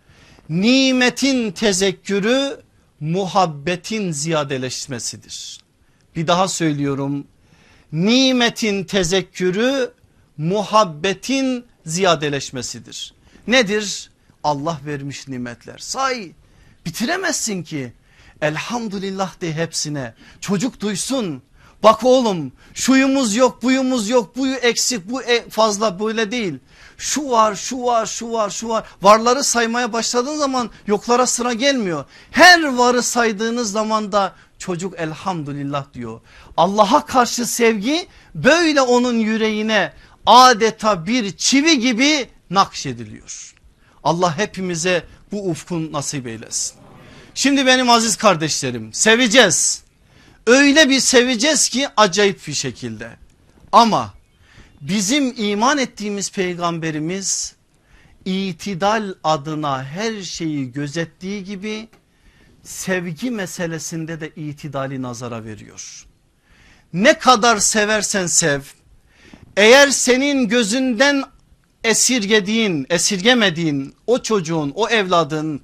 Nimetin tezekkürü muhabbetin ziyadeleşmesidir. Bir daha söylüyorum. Nimetin tezekkürü muhabbetin ziyadeleşmesidir. Nedir? Allah vermiş nimetler. Say, bitiremezsin ki. Elhamdülillah de hepsine. Çocuk duysun. Bak oğlum şuyumuz yok, buyumuz yok, buyu eksik, bu fazla, böyle değil. Şu var, şu var, şu var, şu var. Varları saymaya başladığın zaman yoklara sıra gelmiyor. Her varı saydığınız zaman da çocuk elhamdülillah diyor. Allah'a karşı sevgi böyle onun yüreğine adeta bir çivi gibi nakşediliyor. Allah hepimize bu ufkun nasip eylesin. Şimdi benim aziz kardeşlerim, seveceğiz. Öyle bir seveceğiz ki acayip bir şekilde. Ama bizim iman ettiğimiz peygamberimiz itidal adına her şeyi gözettiği gibi sevgi meselesinde de itidali nazara veriyor. Ne kadar seversen sev, eğer senin gözünden esirgediğin, esirgemediğin o çocuğun, o evladın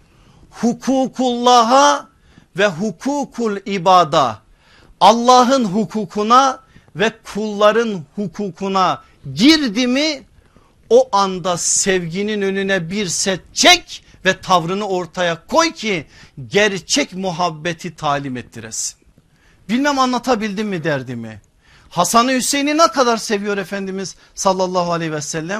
hukukullah'a ve hukukul ibada, Allah'ın hukukuna ve kulların hukukuna girdi mi o anda sevginin önüne bir set çek ve tavrını ortaya koy ki gerçek muhabbeti talim ettiresin. Bilmem anlatabildim mi derdimi? Hasan'ı Hüseyin'i ne kadar seviyor Efendimiz sallallahu aleyhi ve sellem,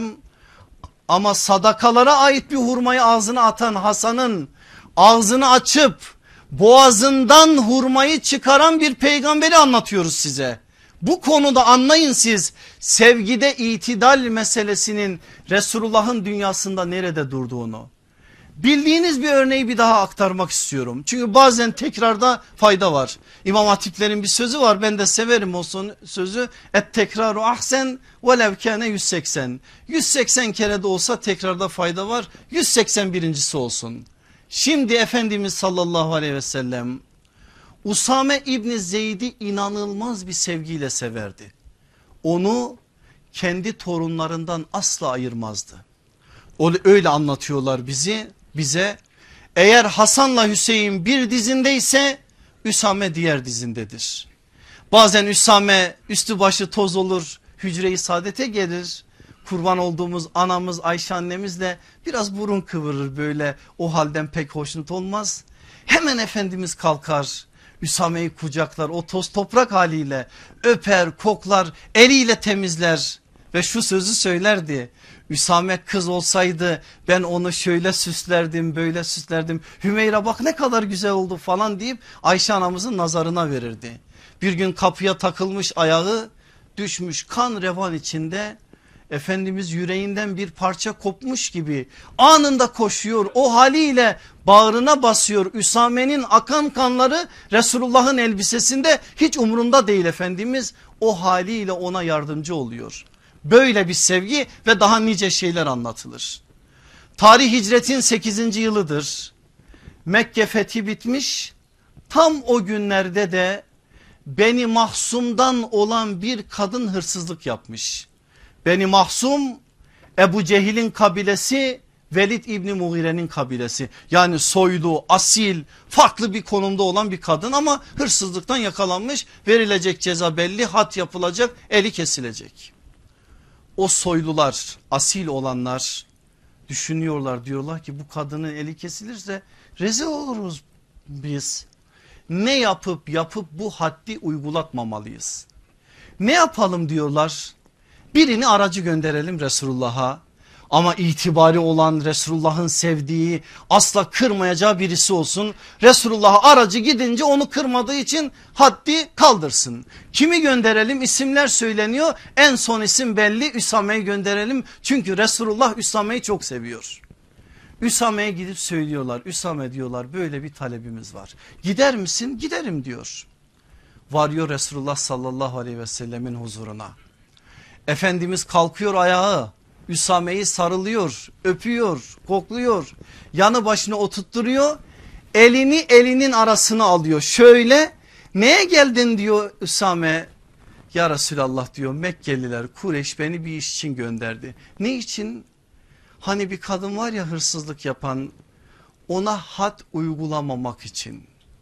ama sadakalara ait bir hurmayı ağzına atan Hasan'ın ağzını açıp boğazından hurmayı çıkaran bir peygamberi anlatıyoruz size. Bu konuda anlayın siz sevgide itidal meselesinin Resulullah'ın dünyasında nerede durduğunu. Bildiğiniz bir örneği bir daha aktarmak istiyorum. Çünkü bazen tekrarda fayda var. İmam Hatiplerin bir sözü var, ben de severim o sözü. Et tekraru ahsen velev kâne yüz seksen. yüz seksen kere de olsa tekrarda fayda var. yüz seksen birincisi olsun. Şimdi Efendimiz sallallahu aleyhi ve sellem Usame İbni Zeyd'i inanılmaz bir sevgiyle severdi. Onu kendi torunlarından asla ayırmazdı. Öyle anlatıyorlar bizi bize. Eğer Hasan'la Hüseyin bir dizindeyse Üsame diğer dizindedir. Bazen Üsame üstü başı toz olur, hücre-i saadete gelir. Kurban olduğumuz anamız Ayşe annemizle biraz burun kıvırır, böyle o halden pek hoşnut olmaz. Hemen Efendimiz kalkar, Üsame'yi kucaklar, o toz toprak haliyle öper, koklar, eliyle temizler ve şu sözü söylerdi: Üsame kız olsaydı ben onu şöyle süslerdim, böyle süslerdim, Hümeyra bak ne kadar güzel oldu falan deyip Ayşe anamızın nazarına verirdi. Bir gün kapıya takılmış, ayağı düşmüş, kan revan içinde. Efendimiz yüreğinden bir parça kopmuş gibi anında koşuyor, o haliyle bağrına basıyor. Üsame'nin akan kanları Resulullah'ın elbisesinde, hiç umrunda değil Efendimiz, o haliyle ona yardımcı oluyor. Böyle bir sevgi ve daha nice şeyler anlatılır. Tarih hicretin sekizinci yılıdır. Mekke fethi bitmiş. Tam o günlerde de Beni Mahsum'dan olan bir kadın hırsızlık yapmış. Beni Mahsum, Ebu Cehil'in kabilesi, Velid İbni Mughire'nin kabilesi. Yani soylu, asil, farklı bir konumda olan bir kadın ama hırsızlıktan yakalanmış. Verilecek ceza belli, had yapılacak, eli kesilecek. O soylular, asil olanlar düşünüyorlar, diyorlar ki bu kadının eli kesilirse rezil oluruz biz. Ne yapıp yapıp bu haddi uygulatmamalıyız. Ne yapalım diyorlar. Birini aracı gönderelim Resulullah'a, ama itibari olan, Resulullah'ın sevdiği, asla kırmayacağı birisi olsun. Resulullah'a aracı gidince onu kırmadığı için haddi kaldırsın. Kimi gönderelim? İsimler söyleniyor. En son isim belli, Üsame'yi gönderelim. Çünkü Resulullah Üsame'yi çok seviyor. Üsame'ye gidip söylüyorlar. Üsame diyorlar, böyle bir talebimiz var. Gider misin? Giderim diyor. Varıyor Resulullah sallallahu aleyhi ve sellemin huzuruna. Efendimiz kalkıyor ayağa, Üsame'yi sarılıyor, öpüyor, kokluyor, yanı başına oturtturuyor, elini elinin arasına alıyor. Şöyle, neye geldin diyor Üsame. Ya Resulallah diyor, Mekkeliler, Kureyş beni bir iş için gönderdi. Ne için? Hani bir kadın var ya hırsızlık yapan, ona had uygulamamak için.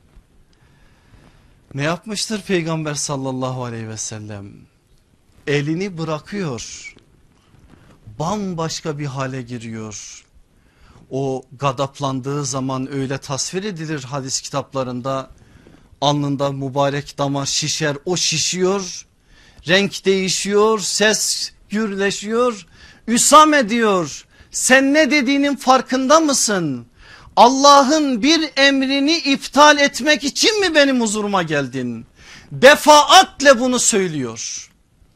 Ne yapmıştır Peygamber sallallahu aleyhi ve sellem? Elini bırakıyor, bambaşka bir hale giriyor. O gadaplandığı zaman öyle tasvir edilir hadis kitaplarında, Alnında mübarek damar şişer, o şişiyor, renk değişiyor, ses gürleşiyor. Üsame diyor, sen ne dediğinin farkında mısın? Allah'ın bir emrini iptal etmek için mi benim huzuruma geldin? Defaatle bunu söylüyor.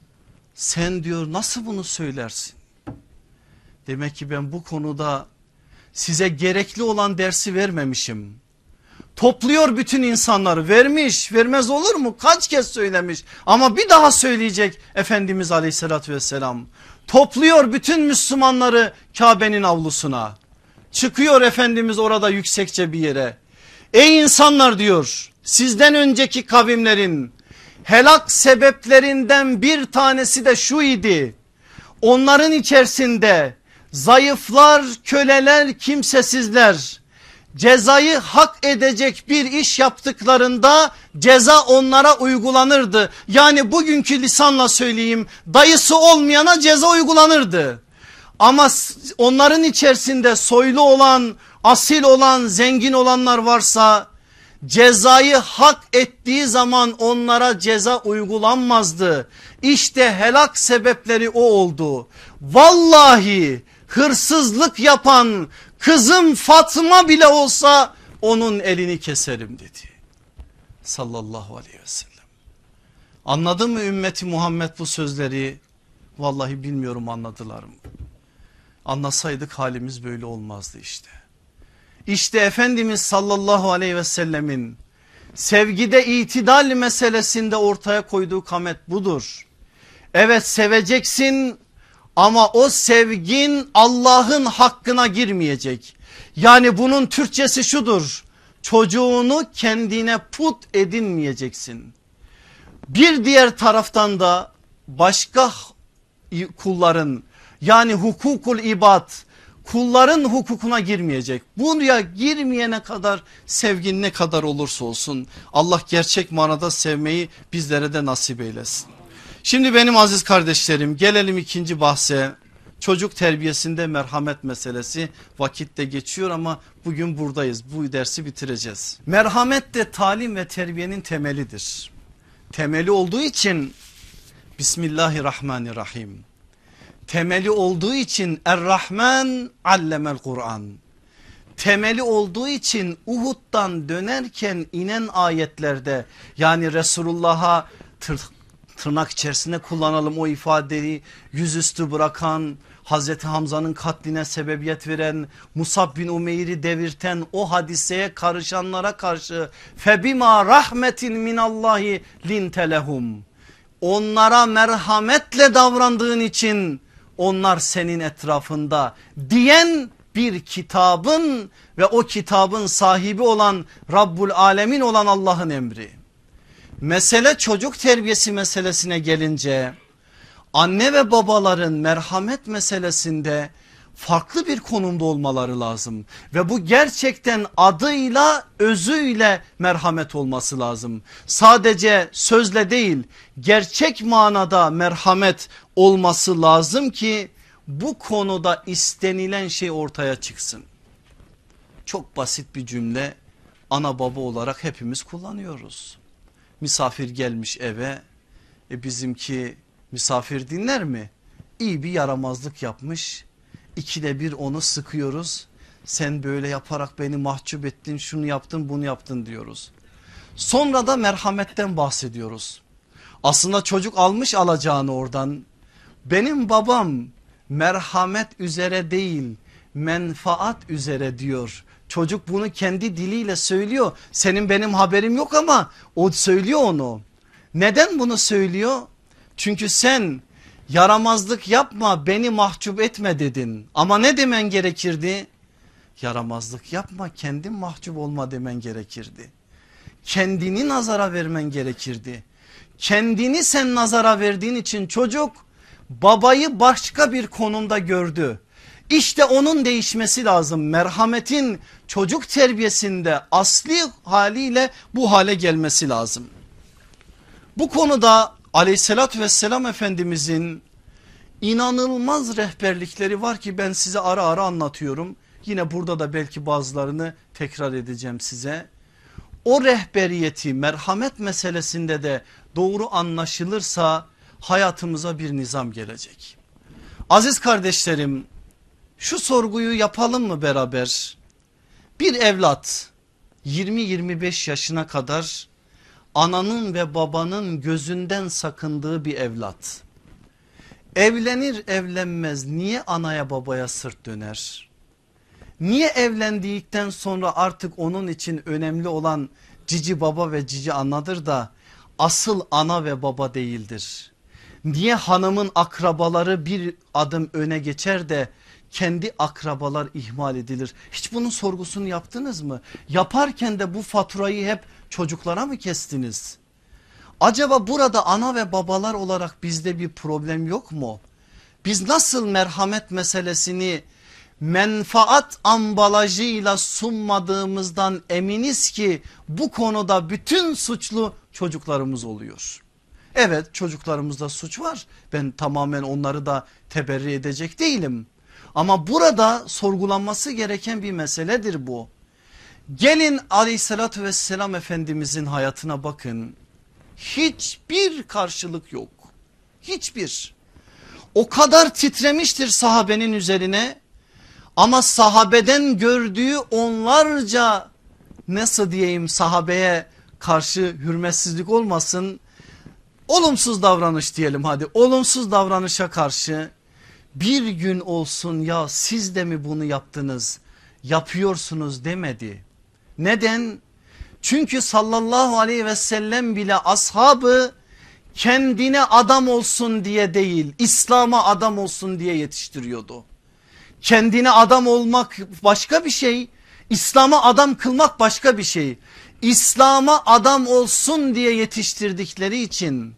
Sen diyor nasıl bunu söylersin? Demek ki ben bu konuda size gerekli olan dersi vermemişim. Topluyor bütün insanları, vermiş, vermez olur mu? Kaç kez söylemiş ama bir daha söyleyecek Efendimiz Aleyhisselatü Vesselam. Topluyor bütün Müslümanları Kabe'nin avlusuna. Çıkıyor Efendimiz orada yüksekçe bir yere. Ey insanlar diyor, sizden önceki kavimlerin helak sebeplerinden bir tanesi de şu idi. Onların içerisinde zayıflar, köleler, kimsesizler cezayı hak edecek bir iş yaptıklarında ceza onlara uygulanırdı. Yani bugünkü lisanla söyleyeyim, dayısı olmayana ceza uygulanırdı. Ama onların içerisinde soylu olan, asil olan, zengin olanlar varsa cezayı hak ettiği zaman onlara ceza uygulanmazdı. İşte helak sebepleri o oldu. Vallahi hırsızlık yapan kızım Fatma bile olsa onun elini keserim dedi. Sallallahu aleyhi ve sellem. Anladı mı ümmeti Muhammed bu sözleri? Vallahi bilmiyorum anladılar mı? Anlasaydık halimiz böyle olmazdı işte. İşte Efendimiz sallallahu aleyhi ve sellemin sevgide itidal meselesinde ortaya koyduğu kamet budur. Evet, seveceksin ama o sevgin Allah'ın hakkına girmeyecek. Yani bunun Türkçesi şudur: çocuğunu kendine put edinmeyeceksin. Bir diğer taraftan da başka kulların, yani hukukul ibad, kulların hukukuna girmeyecek. Buraya girmeyene kadar sevgin ne kadar olursa olsun Allah gerçek manada sevmeyi bizlere de nasip eylesin. Şimdi benim aziz kardeşlerim, gelelim ikinci bahse. Çocuk terbiyesinde merhamet meselesi. Vakit de geçiyor ama bugün buradayız, bu dersi bitireceğiz. Merhamet de talim ve terbiyenin temelidir. Temeli olduğu için Bismillahirrahmanirrahim. Temeli olduğu için Er-Rahman allemel Kur'an. Temeli olduğu için Uhud'dan dönerken inen ayetlerde, yani Resulullah'a tır, tırnak içerisinde kullanalım o ifadeyi, yüzüstü bırakan, Hazreti Hamza'nın katline sebebiyet veren, Musab bin Umeyr'i devirten o hadiseye karışanlara karşı febima rahmetin minallahi lintelehum, onlara merhametle davrandığın için onlar senin etrafında diyen bir kitabın ve o kitabın sahibi olan Rabbul Alemin olan Allah'ın emri. Mesele çocuk terbiyesi meselesine gelince anne ve babaların merhamet meselesinde farklı bir konumda olmaları lazım ve bu gerçekten adıyla özüyle merhamet olması lazım. Sadece sözle değil, gerçek manada merhamet olması lazım ki bu konuda istenilen şey ortaya çıksın. Çok basit bir cümle, ana baba olarak hepimiz kullanıyoruz. Misafir gelmiş eve, e bizimki misafir dinler mi? İyi bir yaramazlık yapmış, ikide bir onu sıkıyoruz. Sen böyle yaparak beni mahcup ettin, şunu yaptın, bunu yaptın diyoruz. Sonra da merhametten bahsediyoruz. Aslında çocuk almış alacağını oradan. Benim babam merhamet üzere değil, menfaat üzere diyor. Çocuk bunu kendi diliyle söylüyor. Senin benim haberim yok ama o söylüyor onu. Neden bunu söylüyor? Çünkü sen yaramazlık yapma, beni mahcup etme dedin. Ama ne demen gerekirdi? Yaramazlık yapma, kendin mahcup olma demen gerekirdi. Kendini nazara vermen gerekirdi. Kendini sen nazara verdiğin için çocuk babayı başka bir konumda gördü. İşte onun değişmesi lazım. Merhametin çocuk terbiyesinde asli haliyle bu hale gelmesi lazım. Bu konuda Aleyhissalatü vesselam Efendimizin inanılmaz rehberlikleri var ki ben size ara ara anlatıyorum. Yine burada da belki bazılarını tekrar edeceğim size. o rehberiyeti merhamet meselesinde de doğru anlaşılırsa hayatımıza bir nizam gelecek. Aziz kardeşlerim, şu sorguyu yapalım mı beraber? Bir evlat yirmi yirmi beş yaşına kadar ananın ve babanın gözünden sakındığı bir evlat. Evlenir evlenmez niye anaya babaya sırt döner? Niye evlendikten sonra artık onun için önemli olan cici baba ve cici anadır da asıl ana ve baba değildir? Niye hanımın akrabaları bir adım öne geçer de kendi akrabalar ihmal edilir? Hiç bunun sorgusunu yaptınız mı? Yaparken de bu faturayı hep çocuklara mı kestiniz? Acaba burada ana ve babalar olarak bizde bir problem yok mu? Biz nasıl merhamet meselesini menfaat ambalajıyla sunmadığımızdan eminiz ki bu konuda bütün suçlu çocuklarımız oluyor. Evet, çocuklarımızda suç var. Ben tamamen onları da teberri edecek değilim. Ama burada sorgulanması gereken bir meseledir bu. Gelin aleyhissalatü vesselam Efendimizin hayatına bakın. Hiçbir karşılık yok. Hiçbir. O kadar titremiştir sahabenin üzerine. Ama sahabeden gördüğü onlarca, nasıl diyeyim, sahabeye karşı hürmetsizlik olmasın, olumsuz davranış diyelim hadi, olumsuz davranışa karşı bir gün olsun ya siz de mi bunu yaptınız, yapıyorsunuz demedi. Neden? Çünkü sallallahu aleyhi ve sellem bile ashabı kendine adam olsun diye değil, İslam'a adam olsun diye yetiştiriyordu. Kendine adam olmak başka bir şey, İslam'a adam kılmak başka bir şey. İslam'a adam olsun diye yetiştirdikleri için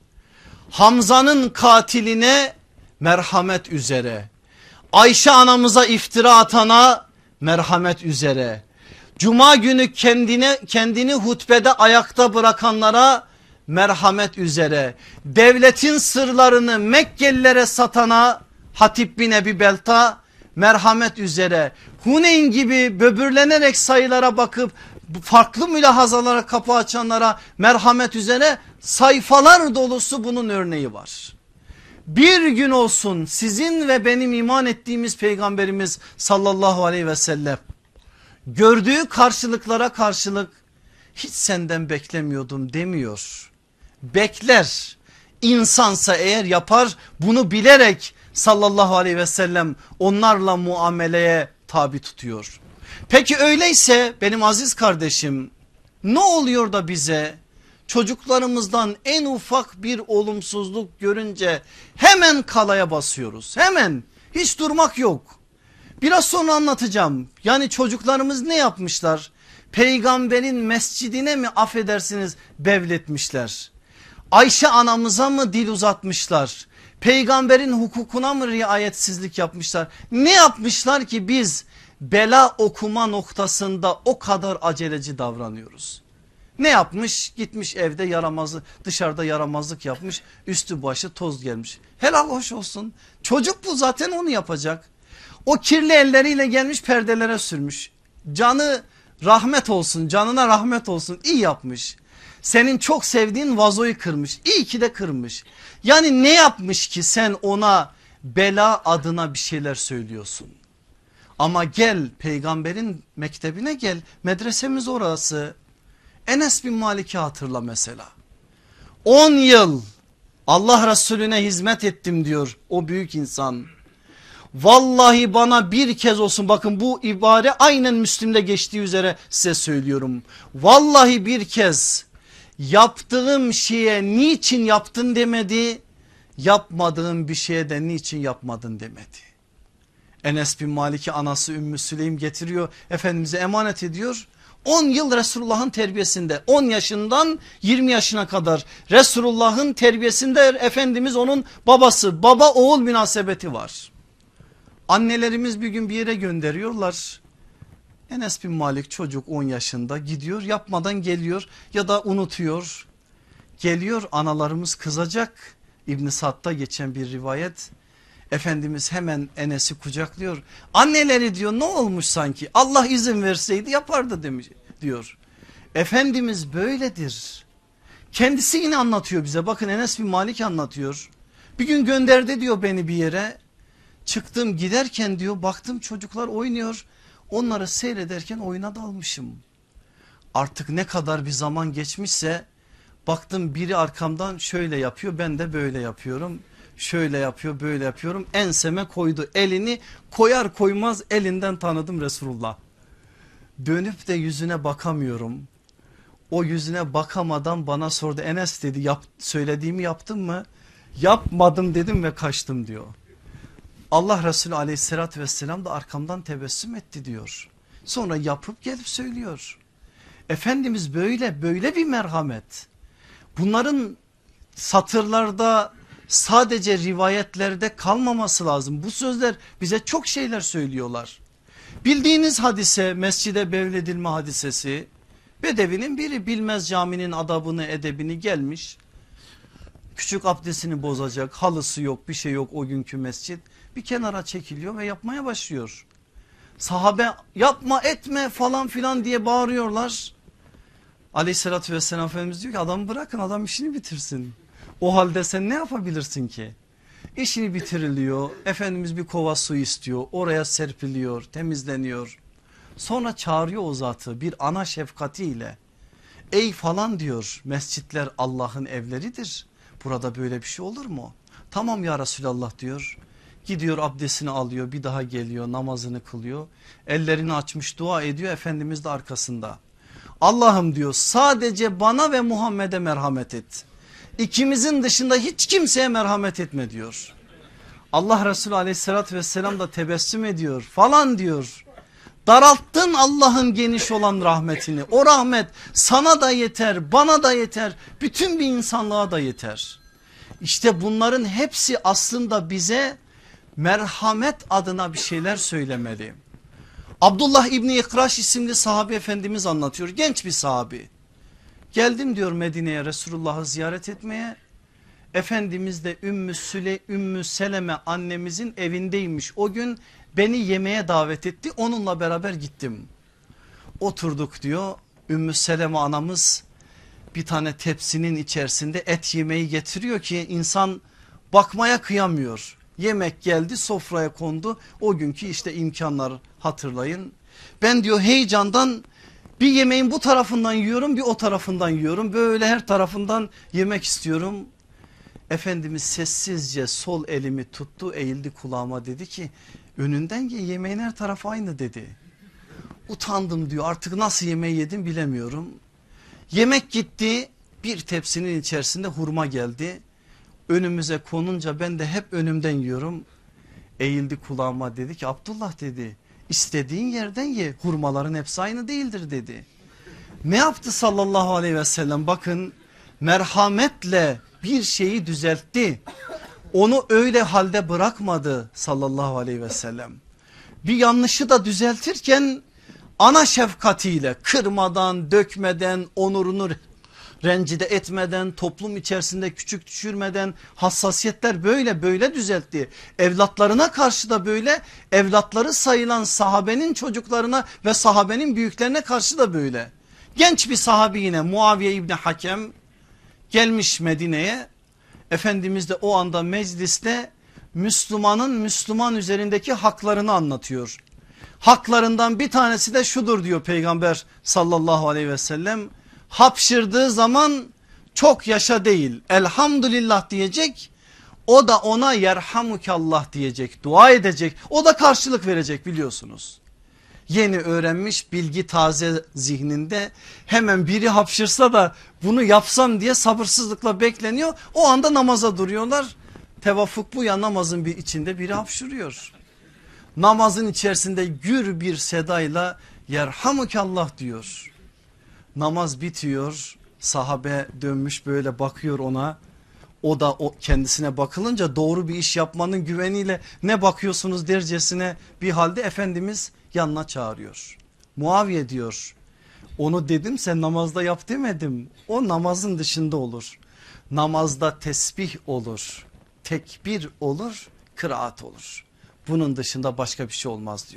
Hamza'nın katiline merhamet üzere, Ayşe anamıza iftira atana merhamet üzere, Cuma günü kendine kendini hutbede ayakta bırakanlara merhamet üzere, devletin sırlarını Mekkelilere satana Hatip bin Ebi Belta merhamet üzere, Huneyn gibi böbürlenerek sayılara bakıp farklı mülahazalara kapı açanlara merhamet üzere, sayfalar dolusu bunun örneği var. Bir gün olsun sizin ve benim iman ettiğimiz peygamberimiz sallallahu aleyhi ve sellem gördüğü karşılıklara karşılık hiç senden beklemiyordum demiyor. Bekler, insansa eğer yapar, bunu bilerek sallallahu aleyhi ve sellem onlarla muameleye tabi tutuyor. Peki öyleyse benim aziz kardeşim, ne oluyor da bize çocuklarımızdan en ufak bir olumsuzluk görünce hemen kalaya basıyoruz, hemen, hiç durmak yok. Biraz sonra anlatacağım. Yani çocuklarımız ne yapmışlar? Peygamberin mescidine mi affedersiniz bevletmişler? Ayşe anamıza mı dil uzatmışlar? Peygamberin hukukuna mı riayetsizlik yapmışlar? Ne yapmışlar ki biz bela okuma noktasında o kadar aceleci davranıyoruz? Ne yapmış? Gitmiş evde yaramazlık, dışarıda yaramazlık yapmış, üstü başı toz gelmiş. Helal hoş olsun. Çocuk bu, zaten onu yapacak. O kirli elleriyle gelmiş perdelere sürmüş. Canı rahmet olsun, canına rahmet olsun, iyi yapmış. Senin çok sevdiğin vazoyu kırmış, iyi ki de kırmış. Yani ne yapmış ki sen ona bela adına bir şeyler söylüyorsun? Ama gel peygamberin mektebine gel, medresemiz orası. Enes bin Malik'i hatırla mesela. on yıl Allah Resulüne hizmet ettim diyor o büyük insan. Vallahi bana bir kez olsun, bakın bu ibare aynen Müslim'de geçtiği üzere size söylüyorum. Vallahi bir kez yaptığım şeye niçin yaptın demedi, yapmadığım bir şeye de niçin yapmadın demedi. Enes bin Malik'i anası Ümmü Süleym getiriyor, Efendimiz'e emanet ediyor. on yıl Resulullah'ın terbiyesinde, on yaşından yirmi yaşına kadar Resulullah'ın terbiyesinde, Efendimiz onun babası, baba oğul münasebeti var. Annelerimiz bir gün bir yere gönderiyorlar. Enes bin Malik çocuk on yaşında gidiyor, yapmadan geliyor ya da unutuyor. Geliyor, analarımız kızacak. İbn-i Sad'da geçen bir rivayet. Efendimiz hemen Enes'i kucaklıyor. Anneleri diyor ne olmuş sanki, Allah izin verseydi yapardı demiş diyor. Efendimiz böyledir. Kendisi yine anlatıyor bize. Bakın Enes bin Malik anlatıyor. Bir gün gönderdi diyor beni bir yere. Çıktım giderken diyor baktım çocuklar oynuyor. Onları seyrederken oyuna dalmışım. Artık ne kadar bir zaman geçmişse baktım biri arkamdan şöyle yapıyor, ben de böyle yapıyorum. Şöyle yapıyor, böyle yapıyorum. Enseme koydu elini, koyar koymaz elinden tanıdım Resulullah. Dönüp de yüzüne bakamıyorum. O yüzüne bakamadan bana sordu, Enes dedi, yap, söylediğimi yaptın mı? Yapmadım dedim ve kaçtım diyor. Allah Resulü aleyhissalatü vesselam da arkamdan tebessüm etti diyor. Sonra yapıp gelip söylüyor. Efendimiz böyle böyle bir merhamet. Bunların satırlarda sadece rivayetlerde kalmaması lazım. Bu sözler bize çok şeyler söylüyorlar. Bildiğiniz hadise, mescide bevledilme hadisesi. Bedevinin biri bilmez caminin adabını edebini, gelmiş. Küçük abdestini bozacak, halısı yok, bir şey yok o günkü mescit. Bir kenara çekiliyor ve yapmaya başlıyor. Sahabe yapma etme falan filan diye bağırıyorlar. Aleyhissalatü vesselam Efendimiz diyor ki adamı bırakın, adam işini bitirsin. O halde sen ne yapabilirsin ki? İşini bitiriliyor. Efendimiz bir kova su istiyor. Oraya serpiliyor, temizleniyor. Sonra çağırıyor o zatı bir ana şefkatiyle. Ey falan diyor, mescitler Allah'ın evleridir. Burada böyle bir şey olur mu? Tamam ya Resulallah diyor. Gidiyor abdestini alıyor, bir daha geliyor, namazını kılıyor. Ellerini açmış dua ediyor, Efendimiz de arkasında. Allah'ım diyor sadece bana ve Muhammed'e merhamet et. İkimizin dışında hiç kimseye merhamet etme diyor. Allah Resulü aleyhissalatü vesselam da tebessüm ediyor falan diyor. Daralttın Allah'ın geniş olan rahmetini. O rahmet sana da yeter, bana da yeter, bütün bir insanlığa da yeter. İşte bunların hepsi aslında bize merhamet adına bir şeyler söylemeli. Abdullah İbni İkraş isimli sahabe efendimiz anlatıyor, genç bir sahabi. Geldim diyor Medine'ye Resulullah'ı ziyaret etmeye. Efendimiz de Ümmü, Süle, Ümmü Seleme annemizin evindeymiş. O gün beni yemeğe davet etti, onunla beraber gittim. Oturduk diyor, Ümmü Seleme anamız bir tane tepsinin içerisinde et yemeği getiriyor ki insan bakmaya kıyamıyor. Yemek geldi, sofraya kondu, o günkü işte imkanlar hatırlayın. Ben diyor heyecandan bir yemeğin bu tarafından yiyorum, bir o tarafından yiyorum, böyle her tarafından yemek istiyorum. Efendimiz sessizce sol elimi tuttu, eğildi kulağıma, dedi ki önünden ye, yemeğin her tarafı aynı dedi. Utandım diyor, artık nasıl yemeği yedim bilemiyorum. Yemek gitti, bir tepsinin içerisinde hurma geldi. Önümüze konunca ben de hep önümden yiyorum. Eğildi kulağıma, dedi ki Abdullah dedi, istediğin yerden ye, hurmaların hepsi aynı değildir dedi. Ne yaptı sallallahu aleyhi ve sellem? Bakın merhametle bir şeyi düzeltti. Onu öyle halde bırakmadı sallallahu aleyhi ve sellem. Bir yanlışı da düzeltirken ana şefkatiyle, kırmadan, dökmeden, onurunu rencide etmeden, toplum içerisinde küçük düşürmeden, hassasiyetler böyle böyle düzeltti. Evlatlarına karşı da böyle, evlatları sayılan sahabenin çocuklarına ve sahabenin büyüklerine karşı da böyle. Genç bir sahabi yine Muaviye İbni Hakem gelmiş Medine'ye. Efendimiz de o anda mecliste Müslümanın Müslüman üzerindeki haklarını anlatıyor. Haklarından bir tanesi de şudur diyor Peygamber sallallahu aleyhi ve sellem. Hapşırdığı zaman çok yaşa değil, elhamdülillah diyecek. O da ona yerhamukallah diyecek, dua edecek. O da karşılık verecek, biliyorsunuz. Yeni öğrenmiş, bilgi taze zihninde, hemen biri hapşırsa da bunu yapsam diye sabırsızlıkla bekleniyor. O anda namaza duruyorlar. Tevafuk bu ya, namazın bir içinde biri hapşırıyor. Namazın içerisinde gür bir sedayla yerhamukallah diyor. Namaz bitiyor, sahabe dönmüş böyle bakıyor ona. O da o kendisine bakılınca doğru bir iş yapmanın güveniyle ne bakıyorsunuz dercesine bir halde Efendimiz yanına çağırıyor. Muaviye diyor, onu dedim sen namazda yap demedim, o namazın dışında olur. Namazda tesbih olur, tekbir olur, kıraat olur. Bunun dışında başka bir şey olmaz diyor.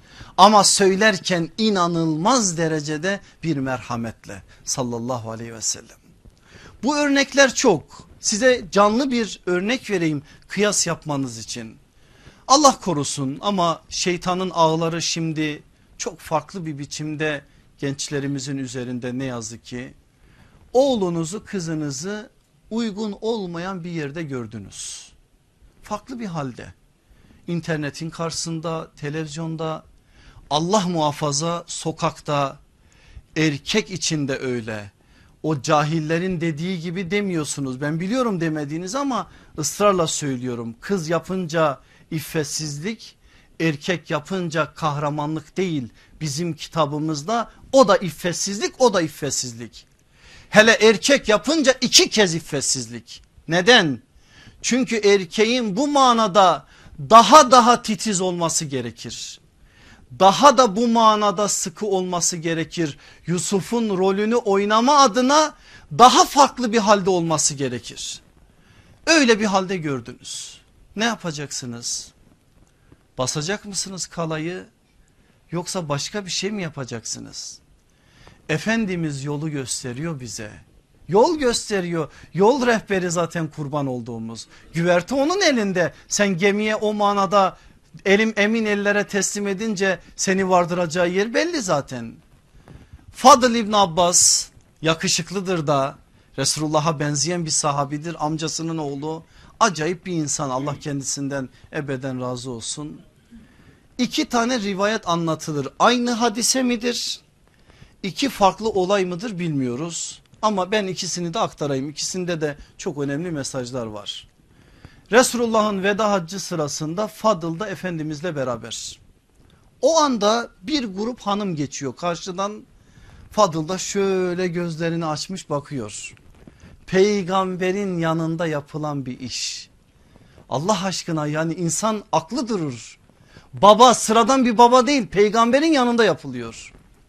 Ama söylerken inanılmaz derecede bir merhametle sallallahu aleyhi ve sellem. Bu örnekler çok. Size canlı bir örnek vereyim kıyas yapmanız için. Allah korusun ama şeytanın ağları şimdi çok farklı bir biçimde gençlerimizin üzerinde ne yazık ki. Oğlunuzu, kızınızı uygun olmayan bir yerde gördünüz. Farklı bir halde. İnternetin karşısında, televizyonda, Allah muhafaza sokakta, erkek içinde öyle. O cahillerin dediği gibi demiyorsunuz. Ben biliyorum demediğiniz ama ısrarla söylüyorum. Kız yapınca iffetsizlik, erkek yapınca kahramanlık değil. Bizim kitabımızda o da iffetsizlik, o da iffetsizlik. Hele erkek yapınca iki kez iffetsizlik. Neden? Çünkü erkeğin bu manada daha daha titiz olması gerekir. Daha da bu manada sıkı olması gerekir. Yusuf'un rolünü oynama adına daha farklı bir halde olması gerekir. Öyle bir halde gördünüz. Ne yapacaksınız? Basacak mısınız kalayı yoksa başka bir şey mi yapacaksınız? Efendimiz yolu gösteriyor bize. Yol gösteriyor. Yol rehberi zaten kurban olduğumuz. Güverte onun elinde. Sen gemiye o manada elim emin ellere teslim edince seni vardıracağı yer belli zaten. Fadıl İbn Abbas yakışıklıdır da Resulullah'a benzeyen bir sahabidir. Amcasının oğlu, acayip bir insan, Allah kendisinden ebeden razı olsun. İki tane rivayet anlatılır. Aynı hadise midir? İki farklı olay mıdır bilmiyoruz. Ama ben ikisini de aktarayım. İkisinde de çok önemli mesajlar var. Resulullah'ın veda haccı sırasında Fadıl da Efendimizle beraber. O anda bir grup hanım geçiyor karşıdan. Fadıl da şöyle gözlerini açmış bakıyor. Peygamberin yanında yapılan bir iş. Allah aşkına, yani insan aklı durur. Baba, sıradan bir baba değil, peygamberin yanında yapılıyor.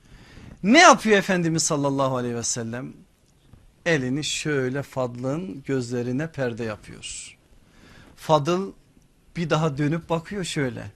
Ne yapıyor Efendimiz sallallahu aleyhi ve sellem? Elini şöyle Fadıl'ın gözlerine perde yapıyor. Fadıl bir daha dönüp bakıyor şöyle.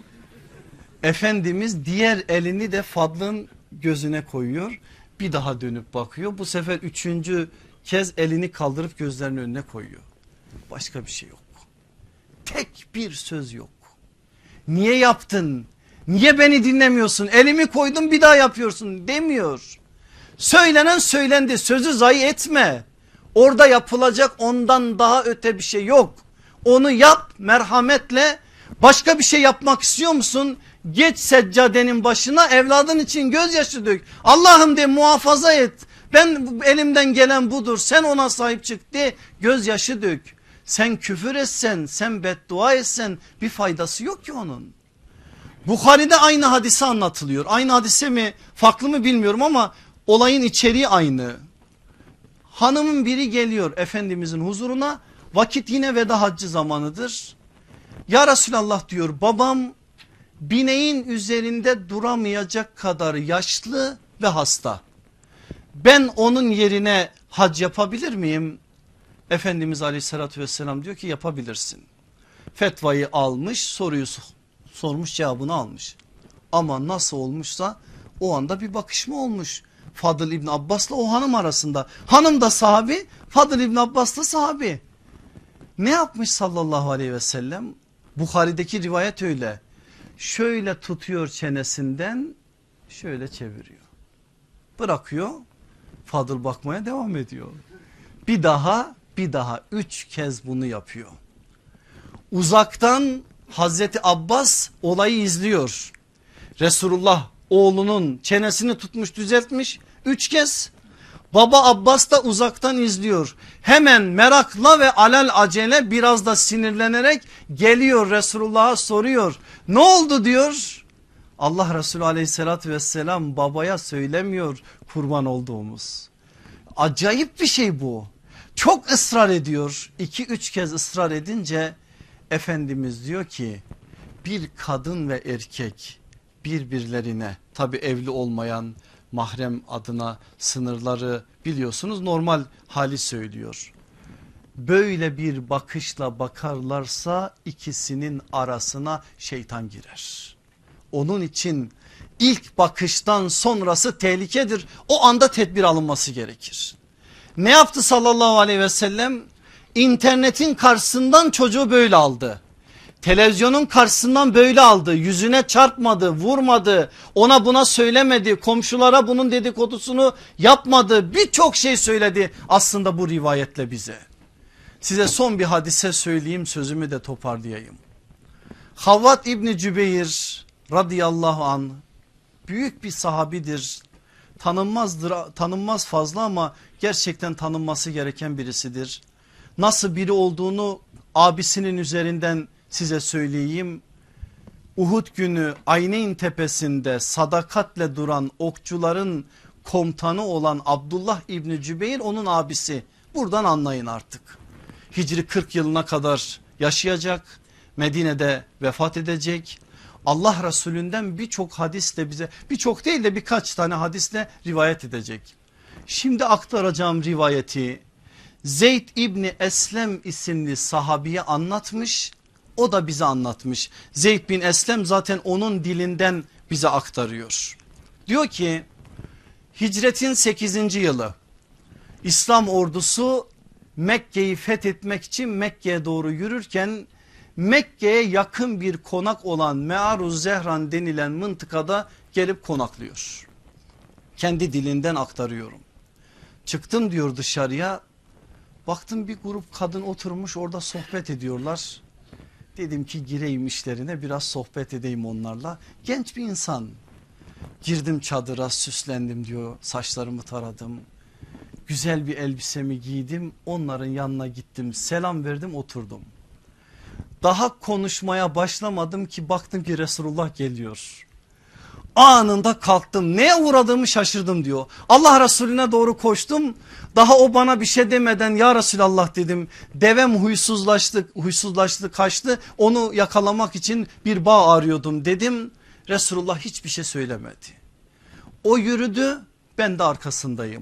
Efendimiz diğer elini de Fadıl'ın gözüne koyuyor. Bir daha dönüp bakıyor. Bu sefer üçüncü kez elini kaldırıp gözlerinin önüne koyuyor. Başka bir şey yok. Tek bir söz yok. Niye yaptın? Niye beni dinlemiyorsun? Elimi koydum bir daha yapıyorsun demiyor. Söylenen söylendi, sözü zayi etme. Orada yapılacak ondan daha öte bir şey yok. Onu yap merhametle. Başka bir şey yapmak istiyor musun? Geç seccadenin başına, evladın için gözyaşı dök. Allah'ım de, muhafaza et. Ben elimden gelen budur. Sen ona sahip çık de, gözyaşı dök. Sen küfür etsen, sen beddua etsen bir faydası yok ki onun. Bukhari'de aynı hadise anlatılıyor. Aynı hadise mi, farklı mı bilmiyorum ama olayın içeriği aynı. Hanımın biri geliyor Efendimizin huzuruna. Vakit yine veda haccı zamanıdır. Ya Resulallah diyor, babam bineğin üzerinde duramayacak kadar yaşlı ve hasta. Ben onun yerine hac yapabilir miyim? Efendimiz aleyhissalatü vesselam diyor ki yapabilirsin. Fetvayı almış, soruyu sormuş, cevabını almış. Ama nasıl olmuşsa o anda bir bakışma olmuş. Fadıl İbn Abbas'la o hanım arasında. Hanım da sahabi, Fadıl İbn Abbas da sahabi. Ne yapmış sallallahu aleyhi ve sellem? Bukhari'deki rivayet öyle. Şöyle tutuyor çenesinden, şöyle çeviriyor. Bırakıyor. Fadıl bakmaya devam ediyor. Bir daha, bir daha üç kez bunu yapıyor. Uzaktan Hazreti Abbas olayı izliyor. Resulullah oğlunun çenesini tutmuş, düzeltmiş üç kez. Baba Abbas da uzaktan izliyor. Hemen merakla ve alel acele, biraz da sinirlenerek geliyor Resulullah'a, soruyor. Ne oldu diyor. Allah Resulü aleyhissalatü vesselam babaya söylemiyor kurban olduğumuz. Acayip bir şey bu. Çok ısrar ediyor. iki üç kez ısrar edince Efendimiz diyor ki bir kadın ve erkek birbirlerine, tabi evli olmayan, mahrem adına sınırları biliyorsunuz, normal hali söylüyor. Böyle bir bakışla bakarlarsa ikisinin arasına şeytan girer. Onun için ilk bakıştan sonrası tehlikedir. O anda tedbir alınması gerekir. Ne yaptı sallallahu aleyhi ve sellem? İnternetin karşısından çocuğu böyle aldı. Televizyonun karşısından böyle aldı. Yüzüne çarpmadı, vurmadı, ona buna söylemedi, komşulara bunun dedikodusunu yapmadı. Birçok şey söyledi aslında bu rivayetle bize. Size son bir hadise söyleyeyim, sözümü de toparlayayım. Havvat İbni Cübeyr radıyallahu anh büyük bir sahabidir. Tanınmazdır, tanınmaz fazla ama gerçekten tanınması gereken birisidir. Nasıl biri olduğunu abisinin üzerinden size söyleyeyim. Uhud günü Ayneyn tepesinde sadakatle duran okçuların komutanı olan Abdullah İbni Cübeyr onun abisi. Buradan anlayın artık. Hicri kırk yılına kadar yaşayacak, Medine'de vefat edecek. Allah Resulünden birçok hadisle bize, birçok değil de birkaç tane hadisle rivayet edecek. Şimdi aktaracağım rivayeti Zeyd İbni Eslem isimli sahabiye anlatmış, o da bize anlatmış. Zeyd bin Eslem zaten onun dilinden bize aktarıyor. Diyor ki hicretin sekizinci yılı İslam ordusu Mekke'yi fethetmek için Mekke'ye doğru yürürken Mekke'ye yakın bir konak olan Me'aruz Zehran denilen mıntıkada gelip konaklıyor. Kendi dilinden aktarıyorum. Çıktım diyor dışarıya, baktım bir grup kadın oturmuş orada sohbet ediyorlar. Dedim ki gireyim işlerine, biraz sohbet edeyim onlarla. Genç bir insan. Girdim çadıra, süslendim diyor, saçlarımı taradım. Güzel bir elbisemi giydim, onların yanına gittim, selam verdim, oturdum. Daha konuşmaya başlamadım ki baktım ki Resulullah geliyor. Anında kalktım, neye uğradığımı şaşırdım diyor. Allah Resulüne doğru koştum, daha o bana bir şey demeden ya Resulallah dedim, devem huysuzlaştı, huysuzlaştı kaçtı, onu yakalamak için bir bağ arıyordum dedim. Resulullah hiçbir şey söylemedi. O yürüdü, ben de arkasındayım.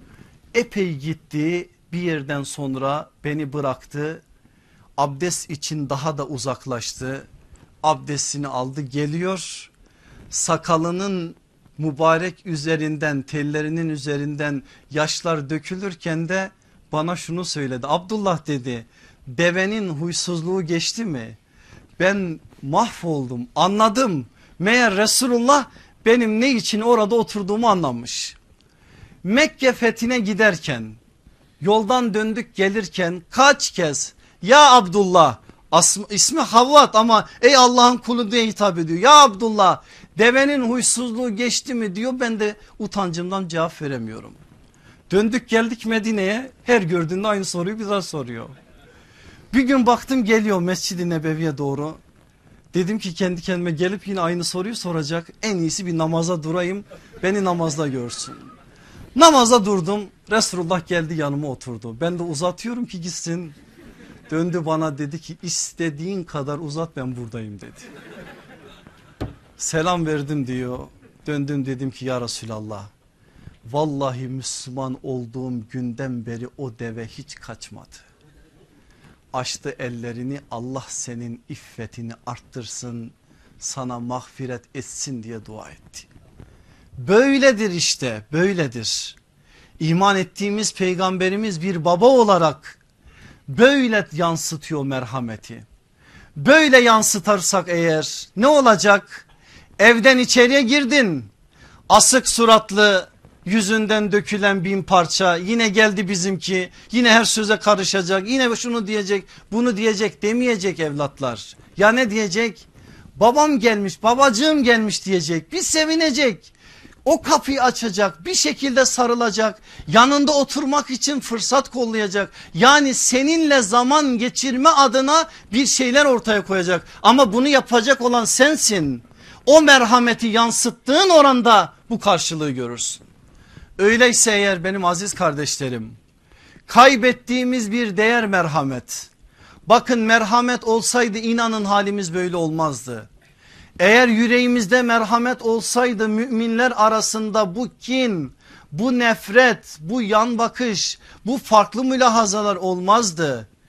Epey gitti, bir yerden sonra beni bıraktı. Abdest için daha da uzaklaştı. Abdestini aldı, geliyor. Sakalının mübarek üzerinden, tellerinin üzerinden yaşlar dökülürken de bana şunu söyledi. Abdullah dedi, devenin huysuzluğu geçti mi? Ben mahvoldum, anladım. Meğer Resulullah benim ne için orada oturduğumu anlamış. Mekke fethine giderken, yoldan döndük gelirken kaç kez ya Abdullah, ismi Havvat ama ey Allah'ın kulu diye hitap ediyor. Ya Abdullah, devenin huysuzluğu geçti mi diyor, ben de utancımdan cevap veremiyorum. Döndük geldik Medine'ye, her gördüğünde aynı soruyu bize soruyor. Bir gün baktım geliyor Mescid-i Nebevi'ye doğru. Dedim ki kendi kendime, gelip yine aynı soruyu soracak, en iyisi bir namaza durayım, beni namazda görsün. Namaza durdum, Resulullah geldi yanıma oturdu. Ben de uzatıyorum ki gitsin. Döndü bana dedi ki istediğin kadar uzat, ben buradayım dedi. Selam verdim diyor. Döndüm dedim ki ya Resulallah, vallahi Müslüman olduğum günden beri o deve hiç kaçmadı. Açtı ellerini, Allah senin iffetini arttırsın, sana mağfiret etsin diye dua etti. Böyledir işte, böyledir. İman ettiğimiz peygamberimiz bir baba olarak böyle yansıtıyor merhameti. Böyle yansıtarsak eğer ne olacak? Evden içeriye girdin, asık suratlı, yüzünden dökülen bin parça, yine geldi bizimki, yine her söze karışacak, yine şunu diyecek, bunu diyecek demeyecek evlatlar. Ya ne diyecek? Babam gelmiş, babacığım gelmiş diyecek, bir sevinecek. O kapıyı açacak, bir şekilde sarılacak, yanında oturmak için fırsat kollayacak. Yani seninle zaman geçirme adına bir şeyler ortaya koyacak. Ama bunu yapacak olan sensin. O merhameti yansıttığın oranda bu karşılığı görürsün. Öyleyse eğer benim aziz kardeşlerim, kaybettiğimiz bir değer merhamet. Bakın merhamet olsaydı inanın halimiz böyle olmazdı. Eğer yüreğimizde merhamet olsaydı müminler arasında bu kin, bu nefret, bu yan bakış, bu farklı mülahazalar olmazdı.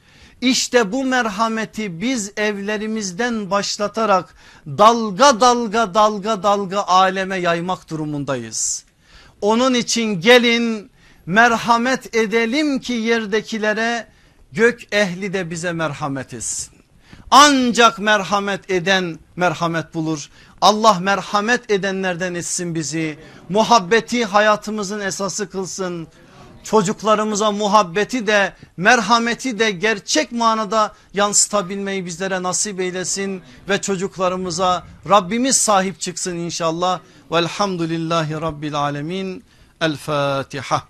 İşte bu merhameti biz evlerimizden başlatarak dalga dalga dalga dalga aleme yaymak durumundayız. Onun için gelin merhamet edelim ki yerdekilere, gök ehli de bize merhamet etsin. Ancak merhamet eden merhamet bulur. Allah merhamet edenlerden etsin bizi. Muhabbeti hayatımızın esası kılsın. Çocuklarımıza muhabbeti de merhameti de gerçek manada yansıtabilmeyi bizlere nasip eylesin. Ve çocuklarımıza Rabbimiz sahip çıksın inşallah. Velhamdülillahi Rabbil alemin. El Fatiha.